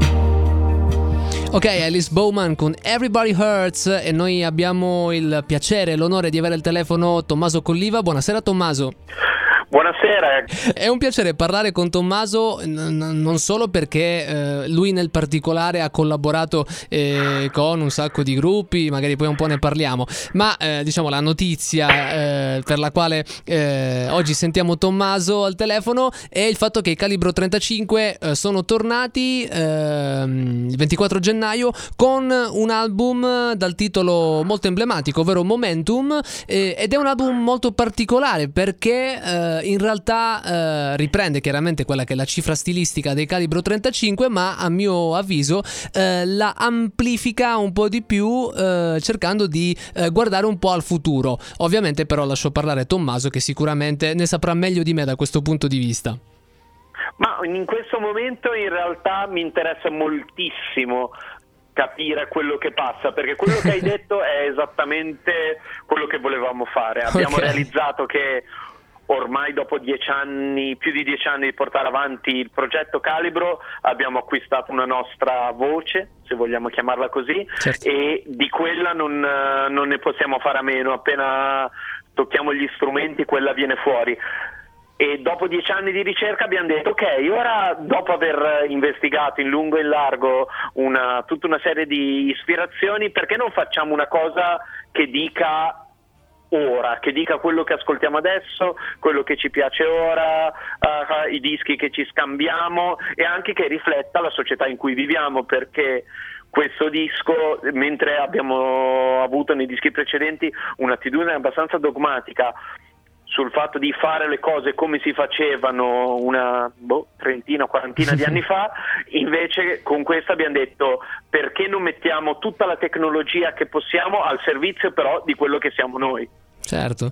Ok, Alice Bowman con Everybody Hurts, e noi abbiamo il piacere e l'onore di avere al telefono Tommaso Colliva. Buonasera Tommaso. Buonasera. È un piacere parlare con Tommaso, non solo perché lui nel particolare ha collaborato con un sacco di gruppi, magari poi un po' ne parliamo, ma diciamo la notizia per la quale oggi sentiamo Tommaso al telefono è il fatto che i Calibro 35 sono tornati il 24 gennaio con un album dal titolo molto emblematico, ovvero Momentum, ed è un album molto particolare perché in realtà riprende chiaramente quella che è la cifra stilistica dei Calibro 35, ma a mio avviso la amplifica un po' di più, cercando di guardare un po' al futuro. Ovviamente però lascio parlare Tommaso, che sicuramente ne saprà meglio di me da questo punto di vista. Ma in questo momento in realtà mi interessa moltissimo capire quello che passa, perché quello che hai detto è esattamente quello che volevamo fare. Abbiamo realizzato che ormai dopo 10 anni, più di 10 anni di portare avanti il progetto Calibro, abbiamo acquistato una nostra voce, se vogliamo chiamarla così, e di quella non ne possiamo fare a meno. Appena tocchiamo gli strumenti, quella viene fuori. E dopo 10 anni di ricerca abbiamo detto ok, ora dopo aver investigato in lungo e in largo tutta una serie di ispirazioni, perché non facciamo una cosa che dica ora, che dica quello che ascoltiamo adesso, quello che ci piace ora, i dischi che ci scambiamo, e anche che rifletta la società in cui viviamo, perché questo disco, mentre abbiamo avuto nei dischi precedenti un'attitudine abbastanza dogmatica sul fatto di fare le cose come si facevano una trentina, quarantina di anni fa, invece con questo abbiamo detto perché non mettiamo tutta la tecnologia che possiamo al servizio però di quello che siamo noi. Certo,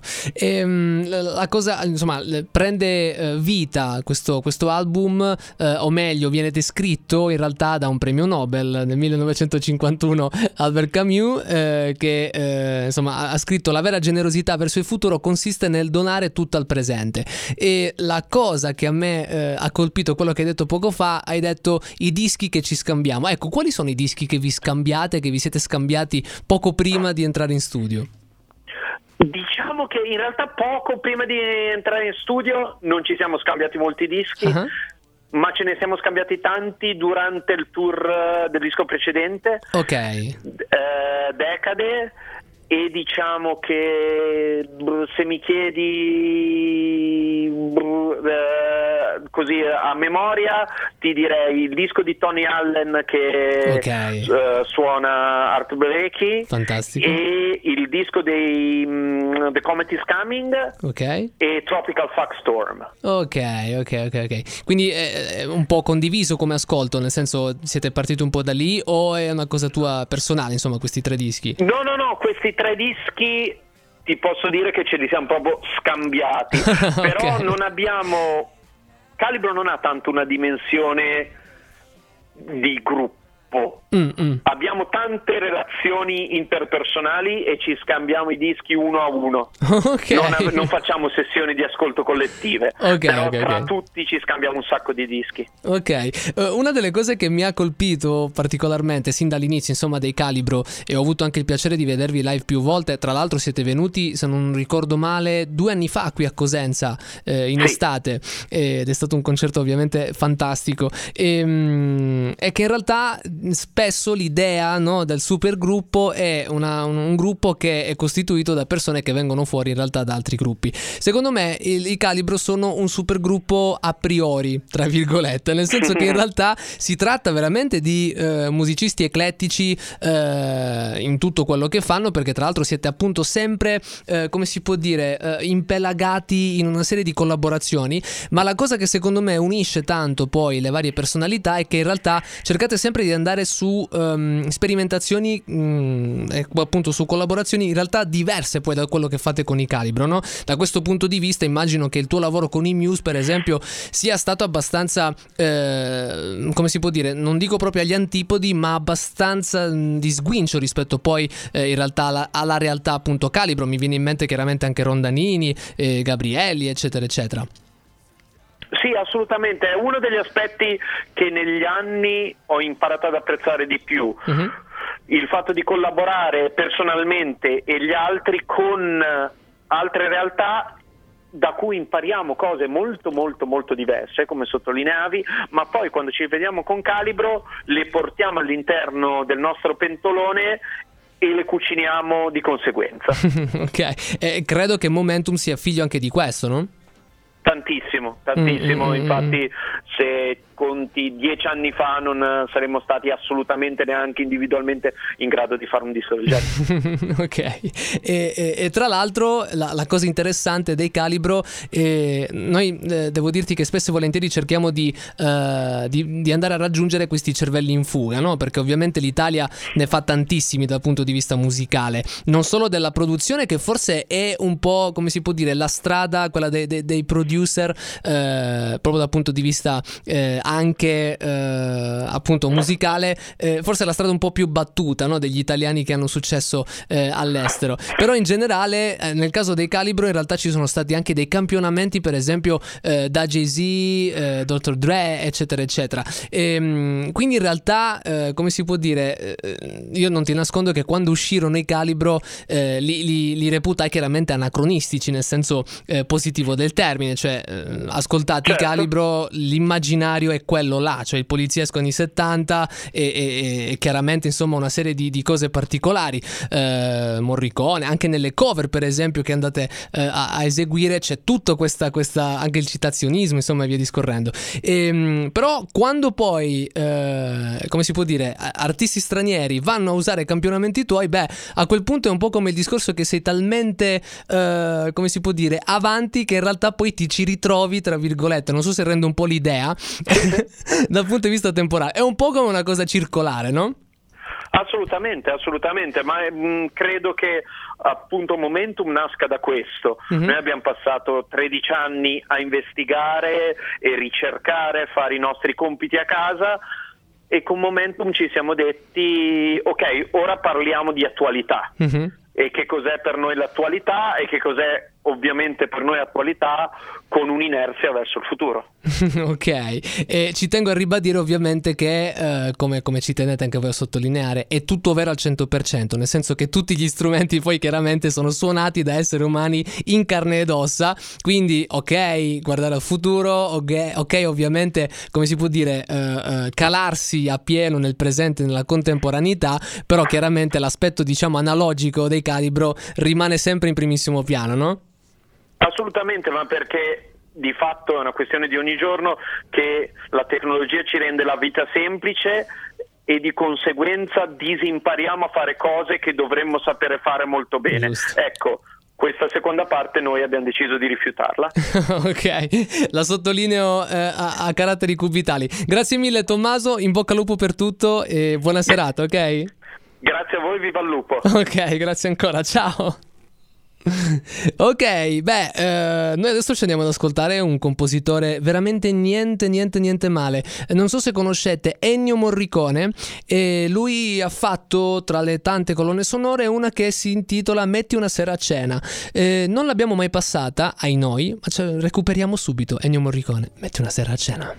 la cosa, insomma, prende vita questo album, o meglio viene descritto in realtà da un premio Nobel nel 1951, Albert Camus, che insomma ha scritto: la vera generosità verso il futuro consiste nel donare tutto al presente. E la cosa che a me ha colpito, quello che hai detto poco fa, hai detto i dischi che ci scambiamo. Ecco, quali sono i dischi che vi scambiate, che vi siete scambiati poco prima di entrare in studio? Diciamo che in realtà poco prima di entrare in studio non ci siamo scambiati molti dischi, ma ce ne siamo scambiati tanti durante il tour del disco precedente, Decade, e diciamo che se mi chiedi così a memoria ti direi il disco di Tony Allen che suona Heartbreaky, fantastico, e il disco dei The Comet is Coming, e Tropical Fuck Storm. Ok. Quindi è un po' condiviso come ascolto, nel senso, siete partiti un po' da lì o è una cosa tua personale, insomma, questi 3 dischi? No, questi 3 dischi ti posso dire che ce li siamo proprio scambiati. Però non abbiamo, Calibro non ha tanto una dimensione di gruppo. Abbiamo tante relazioni interpersonali e ci scambiamo i dischi uno a uno. Non facciamo sessioni di ascolto collettive, però tra tutti ci scambiamo un sacco di dischi. Una delle cose che mi ha colpito particolarmente sin dall'inizio, insomma, dei Calibro, e ho avuto anche il piacere di vedervi live più volte, tra l'altro siete venuti, se non ricordo male, 2 anni fa qui a Cosenza, in estate, ed è stato un concerto ovviamente fantastico, è che in realtà spesso l'idea, no, del supergruppo è un gruppo che è costituito da persone che vengono fuori in realtà da altri gruppi. Secondo me i Calibro sono un supergruppo a priori, tra virgolette, nel senso che in realtà si tratta veramente di musicisti eclettici in tutto quello che fanno, perché tra l'altro siete appunto sempre come si può dire impelagati in una serie di collaborazioni, ma la cosa che secondo me unisce tanto poi le varie personalità è che in realtà cercate sempre di andare su sperimentazioni appunto su collaborazioni in realtà diverse poi da quello che fate con i Calibro, no? Da questo punto di vista immagino che il tuo lavoro con i Muse per esempio sia stato abbastanza come si può dire, non dico proprio agli antipodi, ma abbastanza di sguincio rispetto poi in realtà alla realtà appunto Calibro. Mi viene in mente chiaramente anche Rondanini, Gabrielli eccetera eccetera. Sì, assolutamente, è uno degli aspetti che negli anni ho imparato ad apprezzare di più. Il fatto di collaborare personalmente e gli altri con altre realtà da cui impariamo cose molto molto molto diverse, come sottolineavi, ma poi quando ci vediamo con Calibro le portiamo all'interno del nostro pentolone e le cuciniamo di conseguenza. Ok, credo che Momentum sia figlio anche di questo, no? Tantissimo, infatti se conti 10 anni fa non saremmo stati assolutamente neanche individualmente in grado di fare un disco del genere. Ok, e tra l'altro la cosa interessante dei Calibro, noi devo dirti che spesso e volentieri cerchiamo di andare a raggiungere questi cervelli in fuga, no? Perché ovviamente l'Italia ne fa tantissimi dal punto di vista musicale, non solo della produzione, che forse è un po', come si può dire, la strada, quella dei producer, proprio dal punto di vista anche appunto musicale, forse è la strada un po' più battuta, no? Degli italiani che hanno successo all'estero. Però in generale nel caso dei Calibro in realtà ci sono stati anche dei campionamenti, per esempio da Jay-Z, Dr. Dre eccetera eccetera, quindi in realtà come si può dire, io non ti nascondo che quando uscirono i Calibro li reputai chiaramente anacronistici nel senso positivo del termine, cioè ascoltati i Calibro, l'immaginario è quello là, cioè il poliziesco anni 70 e chiaramente insomma una serie di cose particolari, Morricone, anche nelle cover per esempio che andate a eseguire c'è tutto questa anche il citazionismo, insomma, e via discorrendo. Però quando poi come si può dire, artisti stranieri vanno a usare campionamenti tuoi, beh, a quel punto è un po' come il discorso che sei talmente come si può dire avanti che in realtà poi ti ci ritrovi, tra virgolette, non so se rendo un po' l'idea dal punto di vista temporale, è un po' come una cosa circolare, no? Assolutamente, ma credo che appunto Momentum nasca da questo. Noi abbiamo passato 13 anni a investigare e ricercare, fare i nostri compiti a casa, e con Momentum ci siamo detti ok, ora parliamo di attualità. E che cos'è per noi l'attualità e che cos'è ovviamente per noi attualità con un'inerzia verso il futuro. Ok, e ci tengo a ribadire ovviamente che come ci tenete anche voi a sottolineare, è tutto vero al 100%, nel senso che tutti gli strumenti poi chiaramente sono suonati da esseri umani in carne ed ossa, quindi ok, guardare al futuro, ok ovviamente, come si può dire, calarsi a pieno nel presente, nella contemporaneità, però chiaramente l'aspetto diciamo analogico dei Calibro rimane sempre in primissimo piano, no? Assolutamente, ma perché di fatto è una questione di ogni giorno che la tecnologia ci rende la vita semplice e di conseguenza disimpariamo a fare cose che dovremmo sapere fare molto bene. Giusto. Ecco, questa seconda parte noi abbiamo deciso di rifiutarla. Ok, la sottolineo a caratteri cubitali. Grazie mille Tommaso, in bocca al lupo per tutto e buona serata, ok? Grazie a voi, viva il lupo. Ok, grazie ancora, ciao. Ok, noi adesso ci andiamo ad ascoltare un compositore veramente niente male. Non so se conoscete Ennio Morricone, e lui ha fatto tra le tante colonne sonore una che si intitola Metti una sera a cena. Non l'abbiamo mai passata, ai noi, ma recuperiamo subito Ennio Morricone, Metti una sera a cena.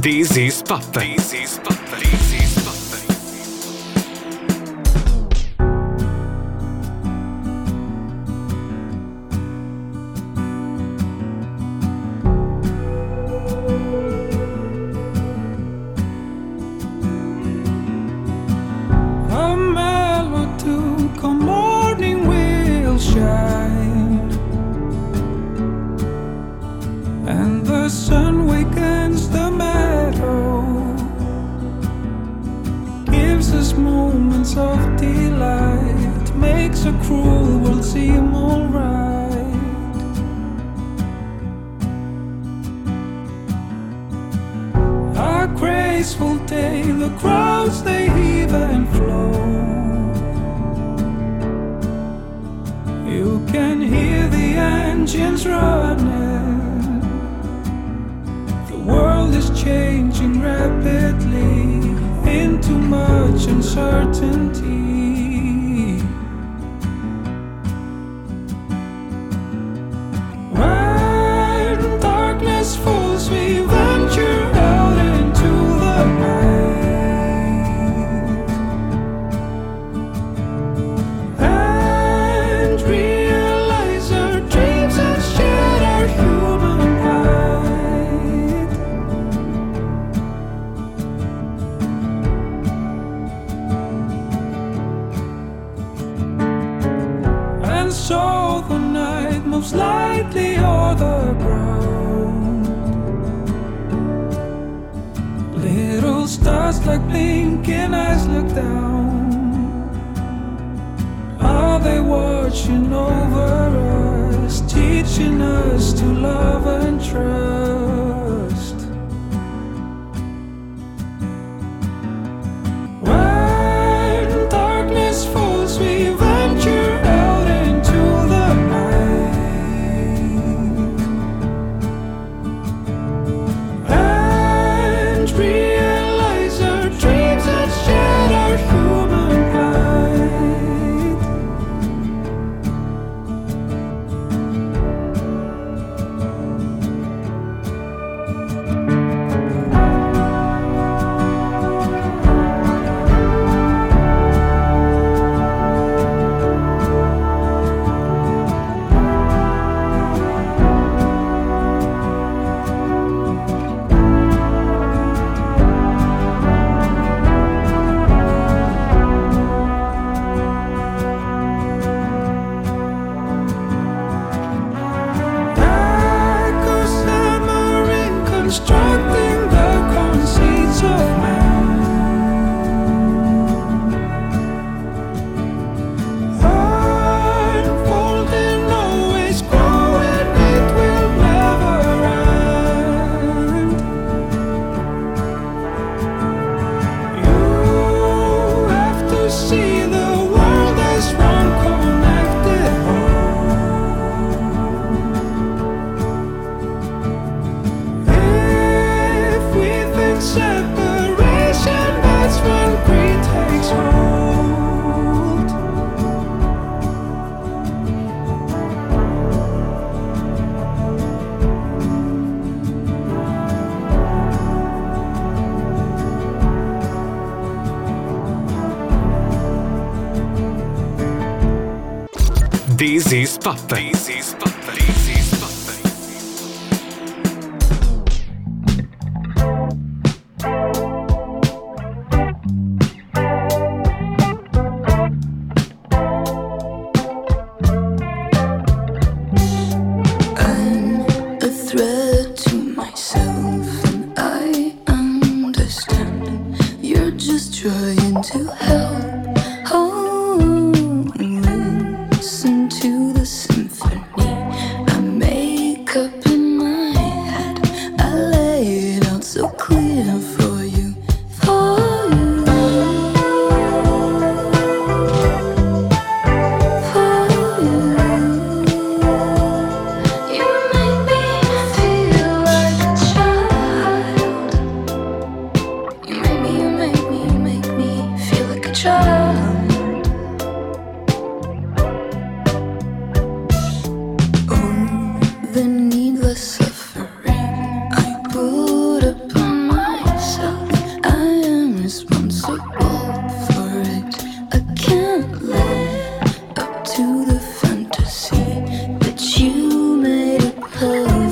This is Pappa. A melody come morning will shine, and the sun wakens the meadow, gives us moments of delight, makes a cruel world seem alright. A graceful day, the crowds they heave and flow. You can hear the engines running. The world is changing rapidly into much uncertainty. When darkness falls, we venture out into the night and realize our dreams have shared our human pride. And so the night moves lightly o'er the ground. Little stars like blinking eyes look down. Are they watching over us, teaching us to love and trust? When darkness falls, we venture out into the night and realize our dreams have shared our human pride. Constructing the conceits of man, unfolding, always growing, it will never end. You have to see the world as one connected whole. If we think separation, that's when greed takes hold. This is Pappa. I'm a threat to myself, and I understand. You're just trying to help. Oh, listen to the symphony I'm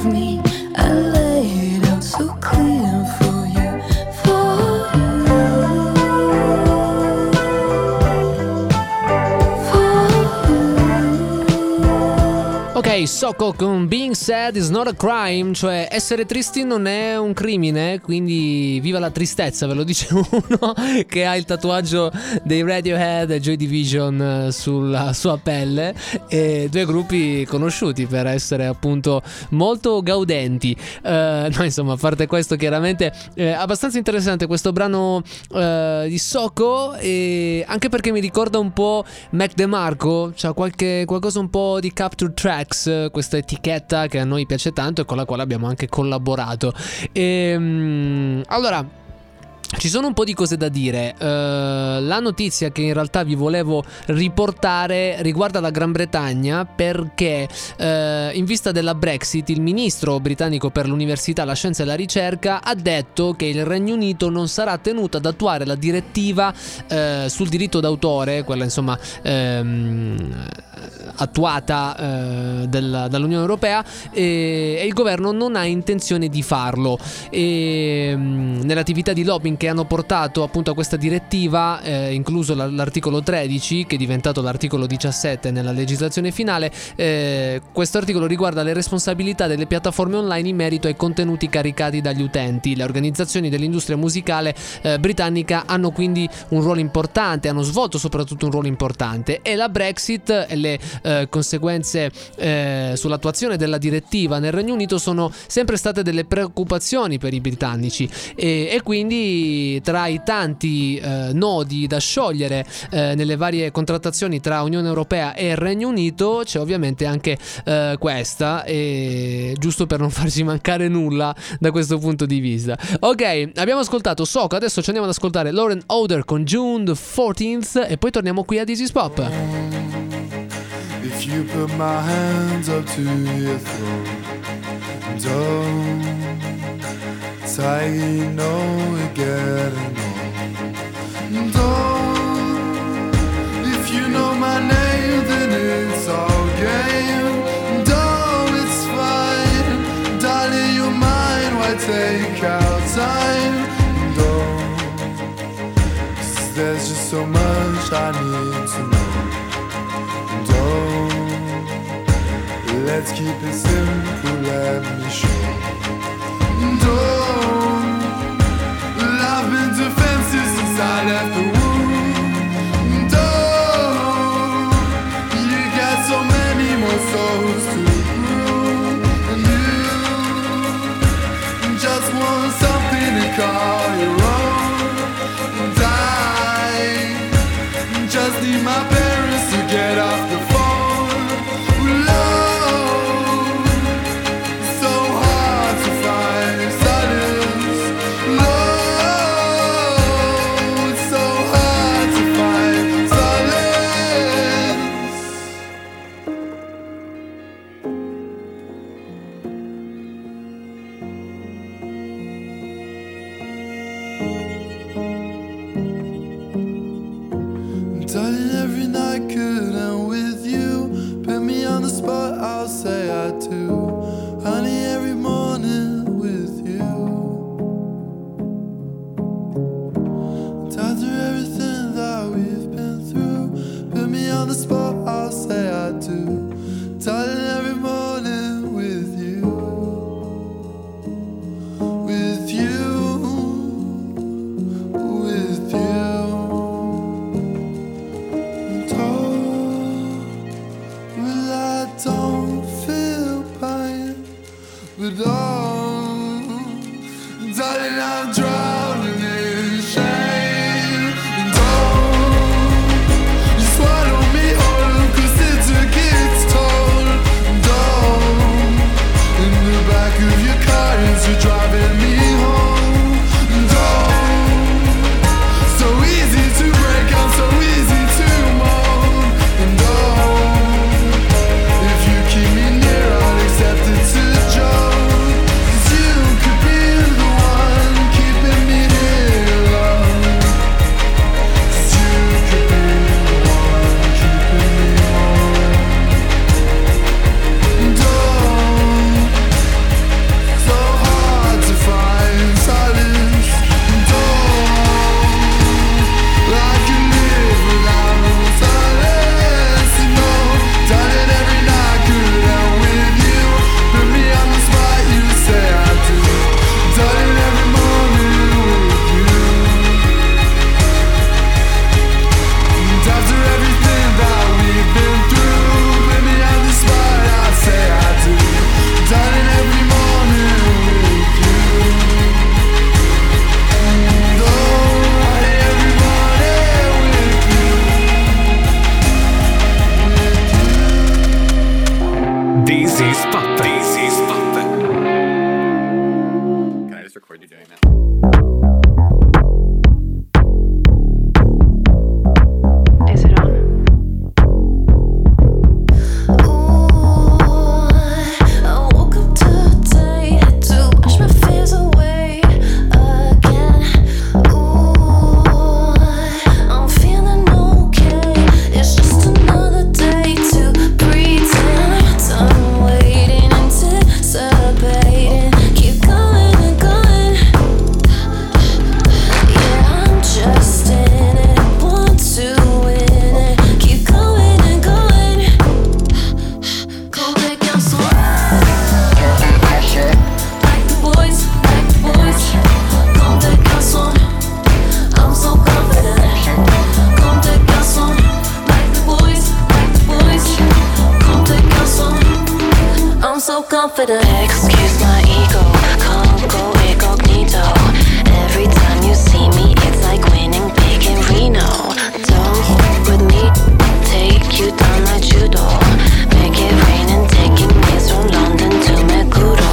of me. I lay it out so clear for you, for you, for you. Ok, Soko con Being Sad is not a crime, cioè essere tristi non è un crimine, quindi viva la tristezza, ve lo dice uno che ha il tatuaggio dei Radiohead e Joy Division sulla sua pelle, e due gruppi conosciuti per essere appunto molto gaudenti. No, insomma, a parte questo, chiaramente abbastanza interessante questo brano di Soko, e anche perché mi ricorda un po' Mac DeMarco, cioè qualcosa un po' di Capture Tracks, questa etichetta che a noi piace tanto e con la quale abbiamo anche collaborato. Allora, ci sono un po' di cose da dire. La notizia che in realtà vi volevo riportare riguarda la Gran Bretagna, perché in vista della Brexit il ministro britannico per l'università, la scienza e la ricerca ha detto che il Regno Unito non sarà tenuto ad attuare la direttiva sul diritto d'autore, quella insomma attuata dall'Unione Europea, e il governo non ha intenzione di farlo. Nell'attività di lobbying che hanno portato appunto a questa direttiva, incluso l'articolo 13 che è diventato l'articolo 17 nella legislazione finale, questo articolo riguarda le responsabilità delle piattaforme online in merito ai contenuti caricati dagli utenti. Le organizzazioni dell'industria musicale britannica hanno quindi un ruolo importante, hanno svolto soprattutto un ruolo importante, e la Brexit e le conseguenze sull'attuazione della direttiva nel Regno Unito sono sempre state delle preoccupazioni per i britannici, e quindi tra i tanti nodi da sciogliere nelle varie contrattazioni tra Unione Europea e Regno Unito c'è ovviamente anche questa, e giusto per non farci mancare nulla da questo punto di vista. Ok, abbiamo ascoltato Soko, adesso ci andiamo ad ascoltare Lauren Oder con June the 14th e poi torniamo qui a This Is Pop. If you put my hands up to your throat, don't tight, no, we're getting old. Don't, if you know my name, then it's all game. Don't, it's fine, darling, you're mine, why take our time? Don't, 'cause there's just so much I need to know. Let's keep it simple, let me show. Don't, I've been defensive since I left the womb. Don't, you got so many more souls to prove. And you just want something to call your own. And I just need my parents to get off the phone. excuse my ego, can't go incognito. Every time you see me, it's like winning big in Reno. Don't fuck with me, take you down like judo. Make it rain and taking me from London to Meguro.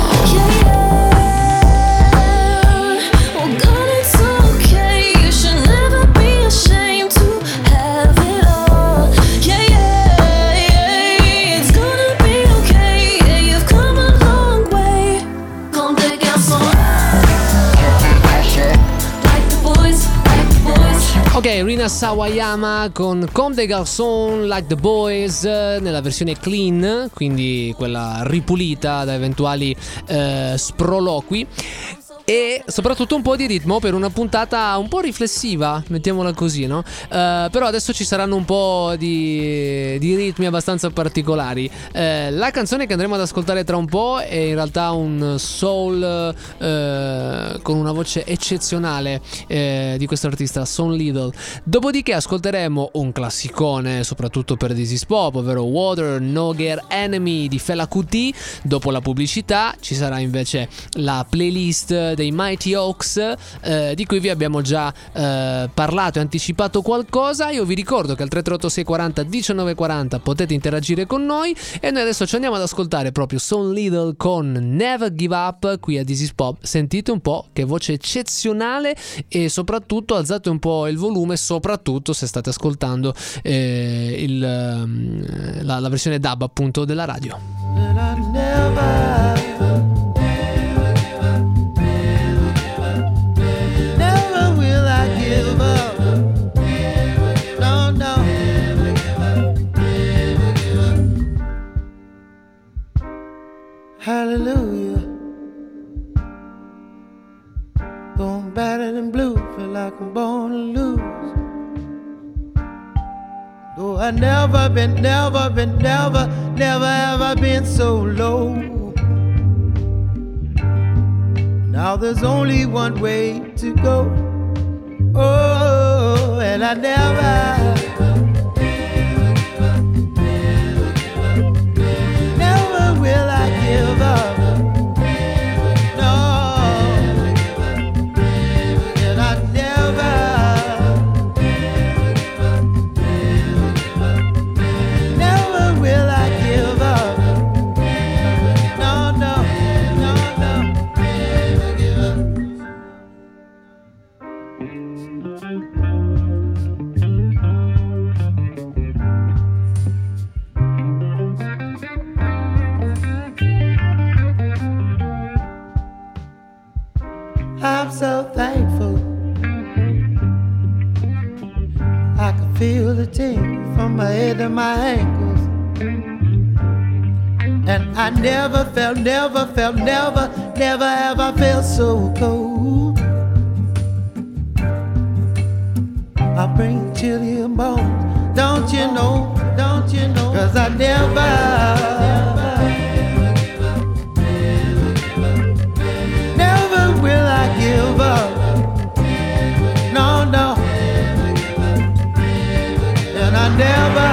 Well, God, it's okay. You should never be ashamed to have it all. It's gonna be okay. Yeah, you've come a long way. Comme des garçons, like the boys, like the boys. Ok, Rina Sawayama con Comme des Garçons Like the Boys nella versione clean, quindi quella ripulita da eventuali sproloqui. E soprattutto un po' di ritmo per una puntata un po' riflessiva, mettiamola così, no? Però adesso ci saranno un po' di ritmi abbastanza particolari. La canzone che andremo ad ascoltare tra un po' è in realtà un soul con una voce eccezionale di questo artista, Son Lidl. Dopodiché ascolteremo un classicone, soprattutto per This Is Pop, ovvero Water No Gear Enemy di Fela Kuti. Dopo la pubblicità ci sarà invece la playlist dei Mighty Oaks, di cui vi abbiamo già parlato e anticipato qualcosa. Io vi ricordo che al 338 640 1940 potete interagire con noi, e noi adesso ci andiamo ad ascoltare proprio Son Lidl con Never Give Up qui a This Is Pop. Sentite un po' che voce eccezionale, e soprattutto alzate un po' il volume, soprattutto se state ascoltando la versione DAB appunto della radio. Hallelujah. Going battered and blue, feel like I'm born to lose. Though I never ever been so low. Now there's only one way to go. Oh, and I never will I give up. No, and I never will I give up. No, no, no, no. I'm so thankful. I can feel the tingle from my head to my ankles. And I never have I felt so cold. I bring chill to your bones, don't you know, 'cause I never will I give up. No, no. And I never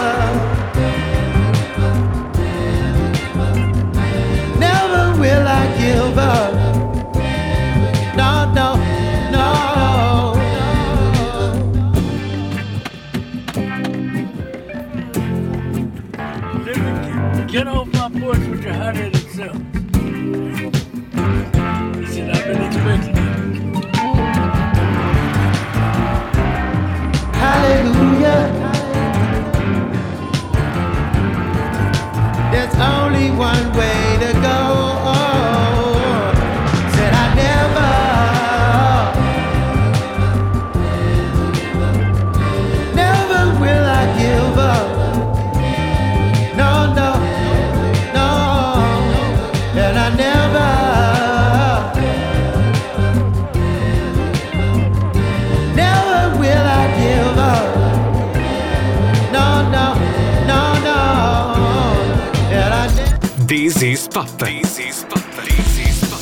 will I give up. No, no, no. Get off my porch with your hot-headed self. I've been expecting it. Hallelujah. There's only one way to go. Said I never will I give up. No, no, no. And I never will I give up. No, no, no, no. And I This is Pop. This is Pop. This is Pop.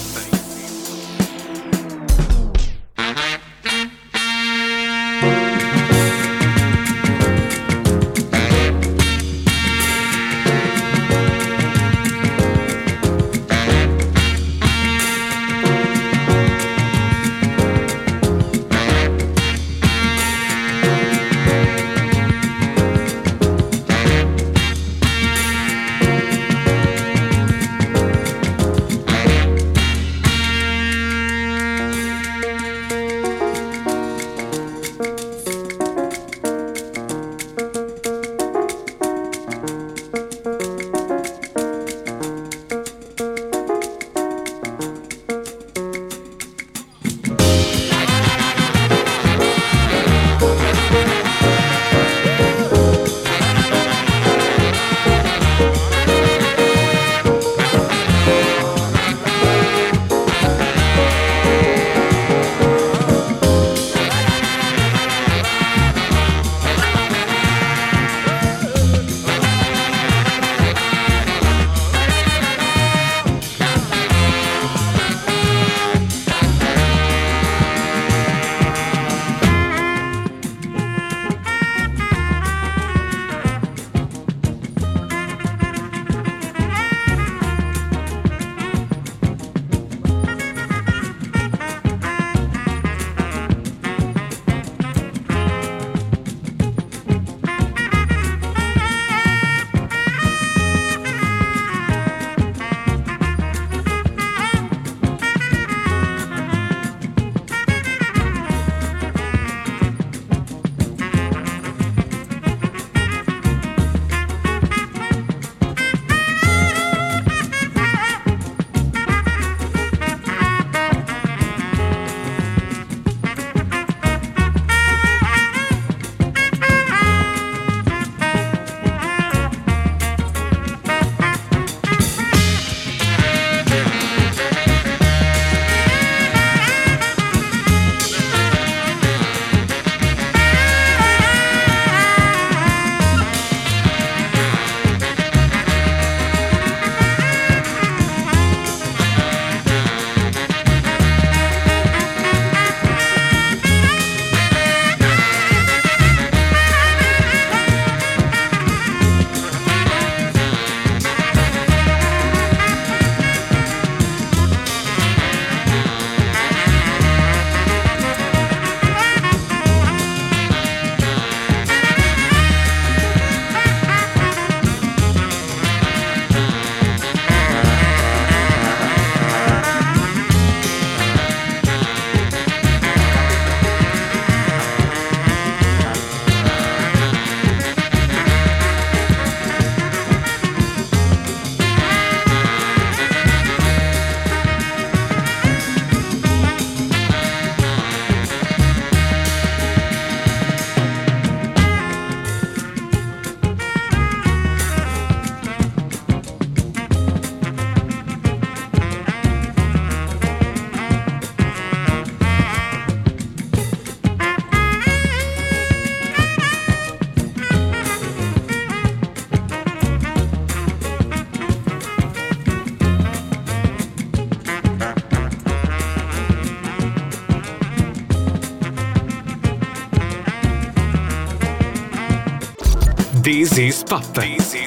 This is Pop.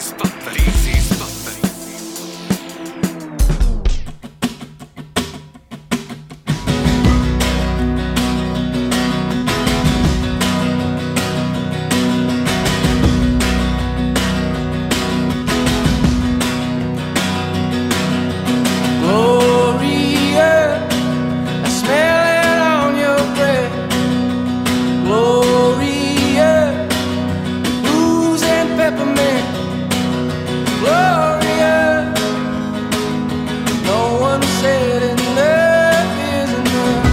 Gloria, I smell it on your breath. Gloria, blues and peppermint. Gloria, no one said enough is enough.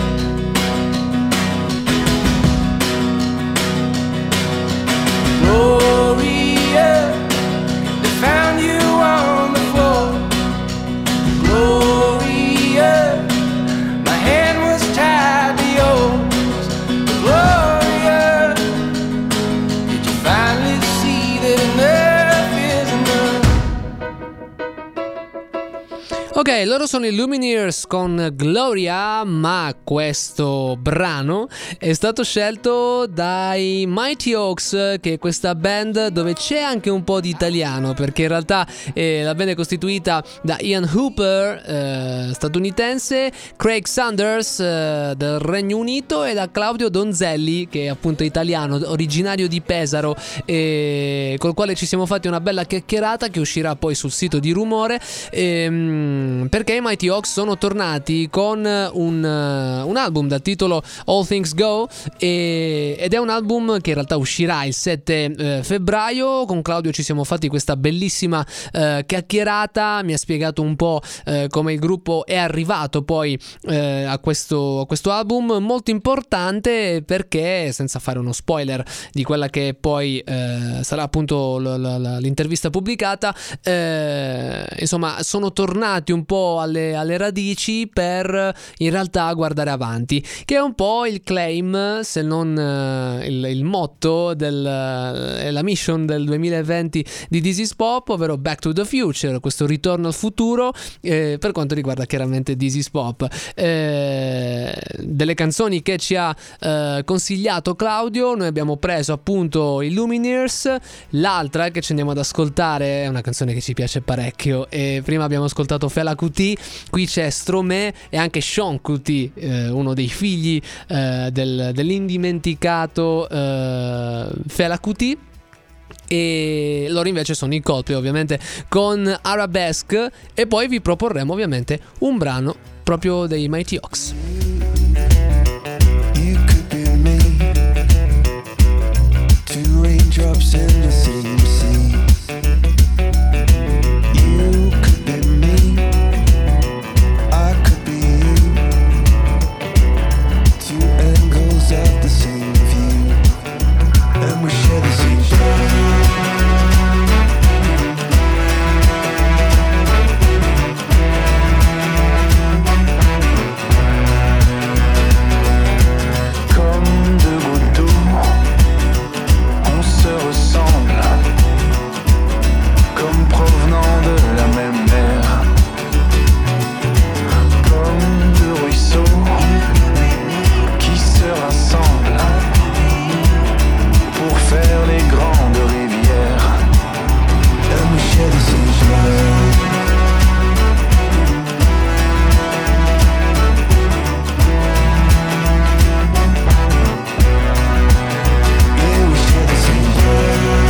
Gloria, they found you on the floor. Gloria, my hand was tied to yours. Gloria, did you finally see that enough is enough? Ok, loro sono i Lumineers con Gloria, ma questo brano è stato scelto dai Mighty Oaks, che è questa band dove c'è anche un po' di italiano, perché in realtà la band è costituita da Ian Hooper, statunitense, Craig Sanders del Regno Unito e da Claudio Donzelli, che è appunto italiano, originario di Pesaro, col quale ci siamo fatti una bella chiacchierata che uscirà poi sul sito di Rumore, perché i Mighty Oaks sono tornati con un album dal titolo All Things Go, ed è un album che in realtà uscirà il 7 febbraio. Con Claudio ci siamo fatti questa bellissima chiacchierata, mi ha spiegato un po' come il gruppo è arrivato poi a questo album molto importante, perché, senza fare uno spoiler di quella che poi sarà appunto l'intervista pubblicata, insomma sono tornati un po' alle radici per in realtà guardare avanti, che è un po' il claim, se non il motto la mission del 2020 di This Is Pop, ovvero Back to the Future, questo ritorno al futuro per quanto riguarda chiaramente This Is Pop. Delle canzoni che ci ha consigliato Claudio, noi abbiamo preso appunto i Lumineers. L'altra che ci andiamo ad ascoltare è una canzone che ci piace parecchio, e prima abbiamo ascoltato Fela Kuti, qui c'è Stromae e anche Sean Kuti, uno dei figli dell'indimenticato Fela Kuti, e loro invece sono i Coldplay, ovviamente, con Arabesque, e poi vi proporremo ovviamente un brano proprio dei Mighty Oaks. Raindrops in the same sea. You could be me, I could be you. Two angles of the same view, and we share the same comme deux gouttes d'eau, on se ressemble, comme provenant de la même mer, comme deux ruisseaux qui se rassemblent pour faire les grandes rivières. And we share the same blood. Yeah, we share the same blood.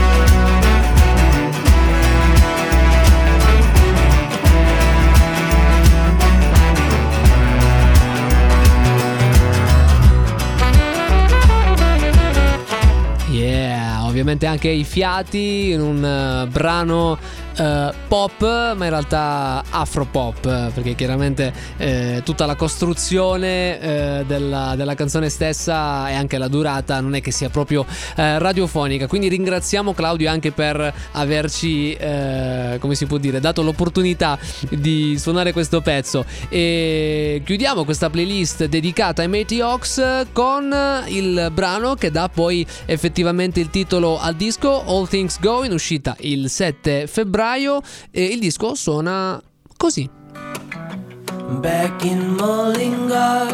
Yeah, ovviamente anche i fiati in un brano pop, ma in realtà afro-pop, perché chiaramente tutta la costruzione della canzone stessa e anche la durata non è che sia proprio radiofonica. Quindi ringraziamo Claudio anche per averci, come si può dire, dato l'opportunità di suonare questo pezzo. E chiudiamo questa playlist dedicata ai Mighty Oaks con il brano che dà poi effettivamente il titolo al disco, All Things Go, in uscita il 7 febbraio. E il disco suona così. Back in Mullingar,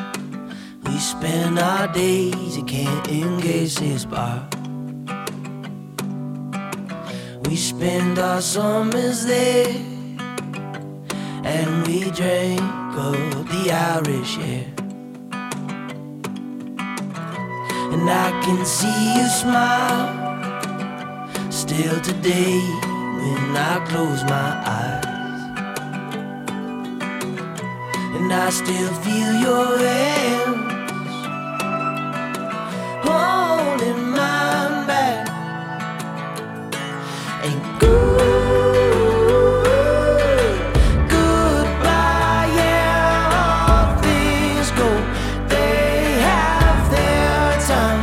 we spend our days at Canton Gase's bar. We spend our summers there, and we drink of the Irish air. And I can see you smile still today when I close my eyes. And I still feel your hands holding mine back. And goodbye, yeah, all things go, they have their time.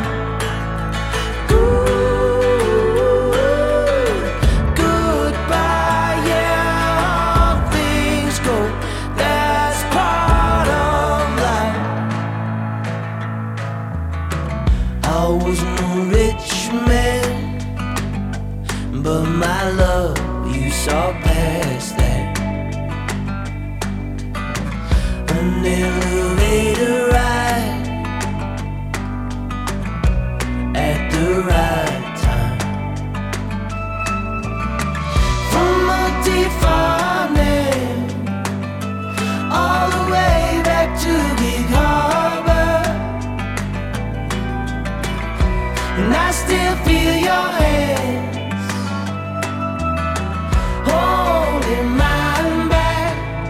Goodbye, yeah, all things go, that's part of life. I was no rich man, but my love, you saw past that. An elevator ride at the right time. From Monte Farming all the way back to Big Harbor, and I still feel your hands holding mine back.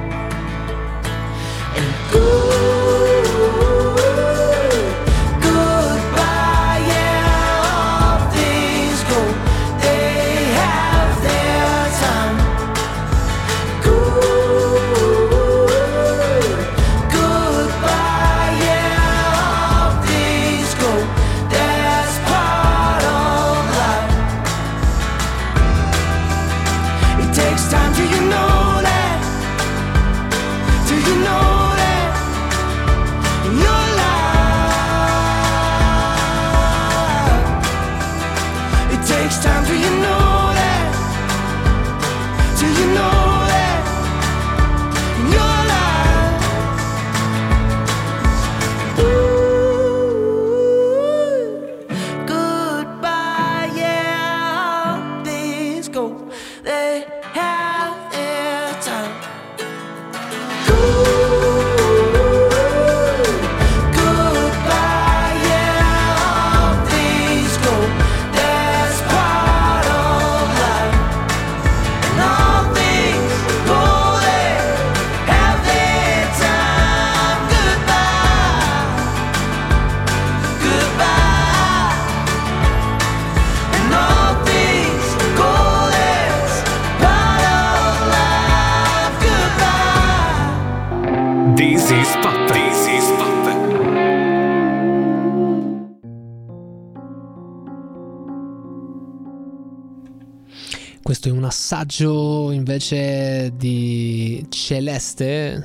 And goodbye, yeah, all things go, they have their time. Goodbye, yeah, all things go, that's part of life. It takes time, do you know that? Do you know that? In your life, it takes time, do you know that? Do you know that? In your life, goodbye, yeah, all things go, they have their time. Goodbye, yeah, all things go, that's part of life. And all things go, they have their time. Goodbye, goodbye. And all things go, that's part of life. Goodbye. This is Pop. This is Pop. Questo è un assaggio invece di Celeste,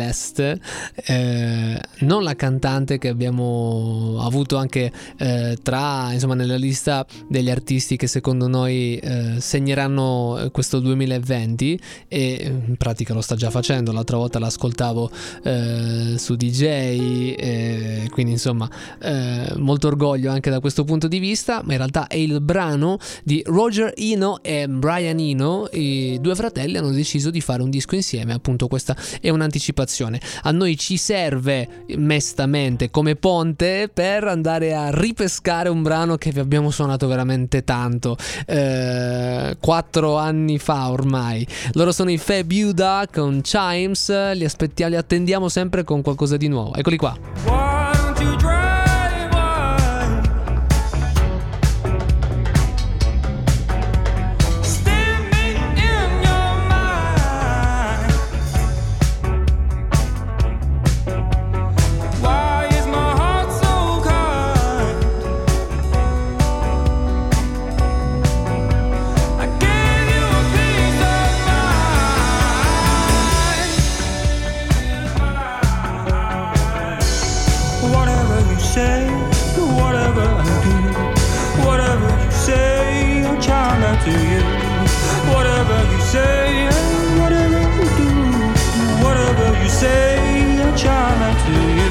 non la cantante che abbiamo avuto anche tra, insomma, nella lista degli artisti che secondo noi segneranno questo 2020, e in pratica lo sta già facendo. L'altra volta l'ascoltavo su DJ, quindi insomma molto orgoglio anche da questo punto di vista, ma in realtà è il brano di Roger Eno e Brian Eno. I due fratelli hanno deciso di fare un disco insieme, appunto questa è un'anticipazione. A noi ci serve mestamente come ponte per andare a ripescare un brano che vi abbiamo suonato veramente tanto, 4 anni fa ormai. Loro sono i Fab Uda con Chimes, li attendiamo sempre con qualcosa di nuovo. Eccoli qua. Why don't you drive one? Stab me in your mind. Why is my heart so kind? I gave you a piece of mind. Whatever you say, whatever I do, whatever you say, I'll chime to you. Whatever you say, whatever you do, whatever you say, I'll chime to you.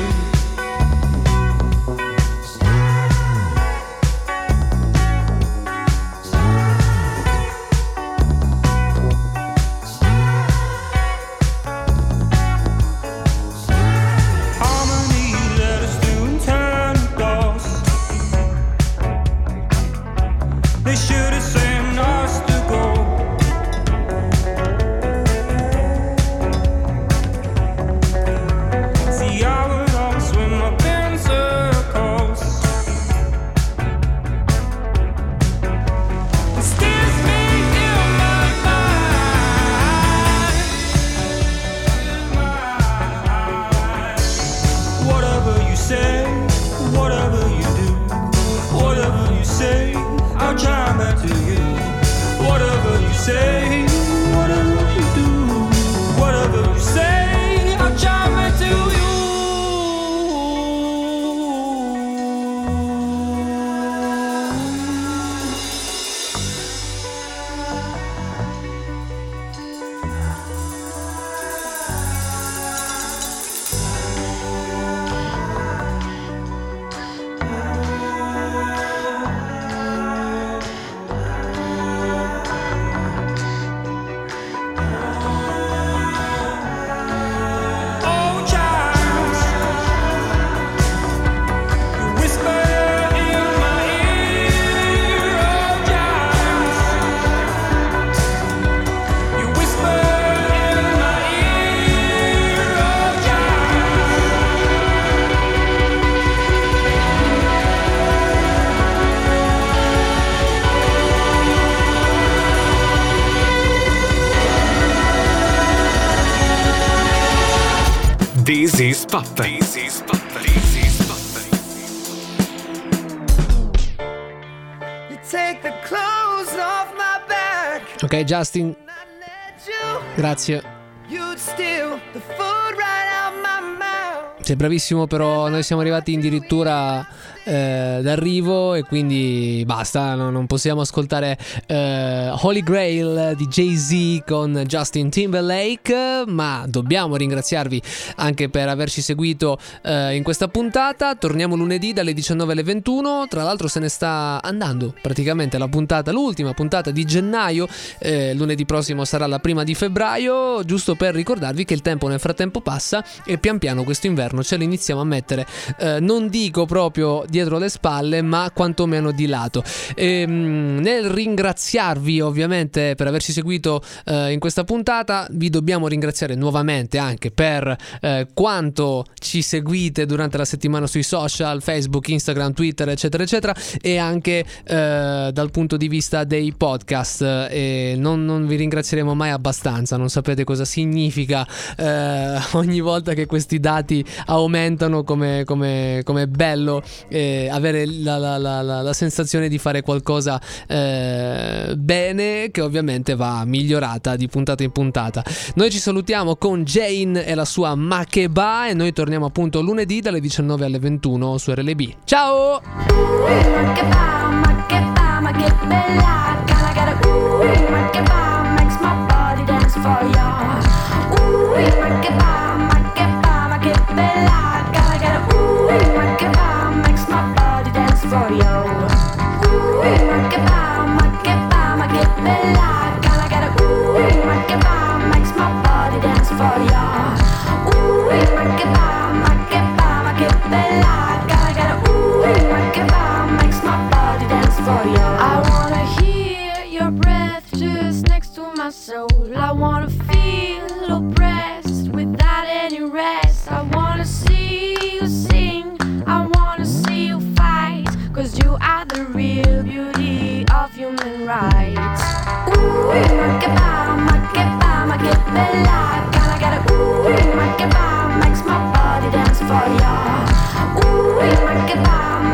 say, whatever you do, whatever you say, I'll chime right to you. This is Papa. You take the clothes off my back. Ok, Justin, grazie. You'd steal the food right out my mouth. Sei bravissimo, però noi siamo arrivati addirittura d'arrivo e quindi basta, non possiamo ascoltare Holy Grail di Jay-Z con Justin Timberlake, ma dobbiamo ringraziarvi anche per averci seguito in questa puntata. Torniamo lunedì dalle 19 alle 21, tra l'altro se ne sta andando praticamente la puntata, l'ultima puntata di gennaio. Lunedì prossimo sarà la prima di febbraio, giusto per ricordarvi che il tempo nel frattempo passa e pian piano questo inverno ce lo iniziamo a mettere, non dico proprio dietro le spalle, ma quantomeno di lato. Nel ringraziarvi ovviamente per averci seguito in questa puntata, vi dobbiamo ringraziare nuovamente anche per quanto ci seguite durante la settimana sui social, Facebook, Instagram, Twitter, eccetera eccetera, e anche dal punto di vista dei podcast. Non vi ringrazieremo mai abbastanza, non sapete cosa significa ogni volta che questi dati aumentano, come è bello avere la sensazione di fare qualcosa bene, che ovviamente va migliorata di puntata in puntata. Noi ci salutiamo con Jane e la sua Makeba e noi torniamo appunto lunedì dalle 19 alle 21 su RLB. Ciao! For you, ooh, my get bella, gotta get a ooh, my get makes my body dance for you. Ooh, my get bella, gotta get a ooh, my makes my body dance for you. I wanna hear your breath just next to my soul. I wanna feel oppressed without any rest. I wanna see you sing, I wanna see you fight, 'cause you are the real beauty of human rights. Ooh, my get bella, gotta get a ooh, my makes my body dance for ya. Ooh, my get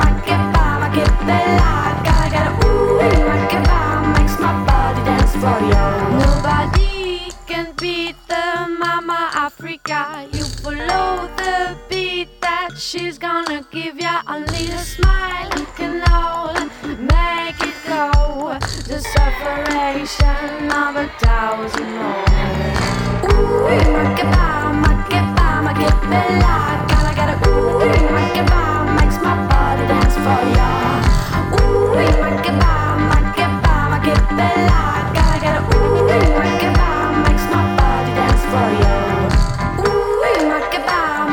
bella, gotta get a ooh, my makes my body dance for ya. Nobody can beat the Mama Africa. You follow the beat that she's gonna give ya. Only a smile can all make it go. The separation of 1,000 more. Ooh, my get bella, gotta get a ooh, my makes my body dance for ya. Ooh, my get bella, gotta get a ooh, my makes my body dance for ya. Ooh, my get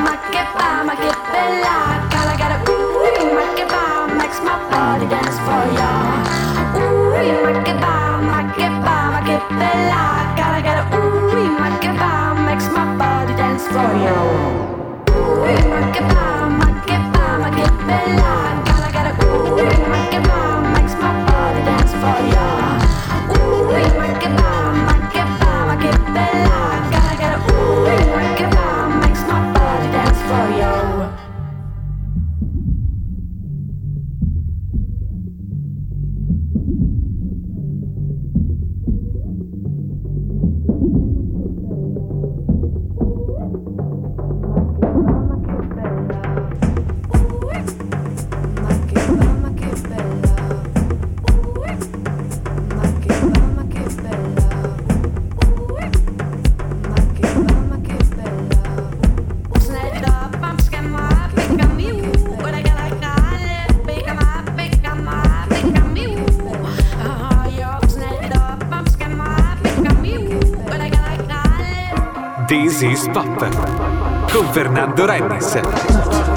bella, gotta get a ooh, my makes my body dance for ya. Ooh, my get bella, gotta get a ooh, my makes my body dance for ya. Ooh, my get bella, gotta get a ooh, my makes my body dance for ya. Ooh, my get bella, gotta get a ooh, my makes my body dance for ya. This is Pop con Fernando Rennes.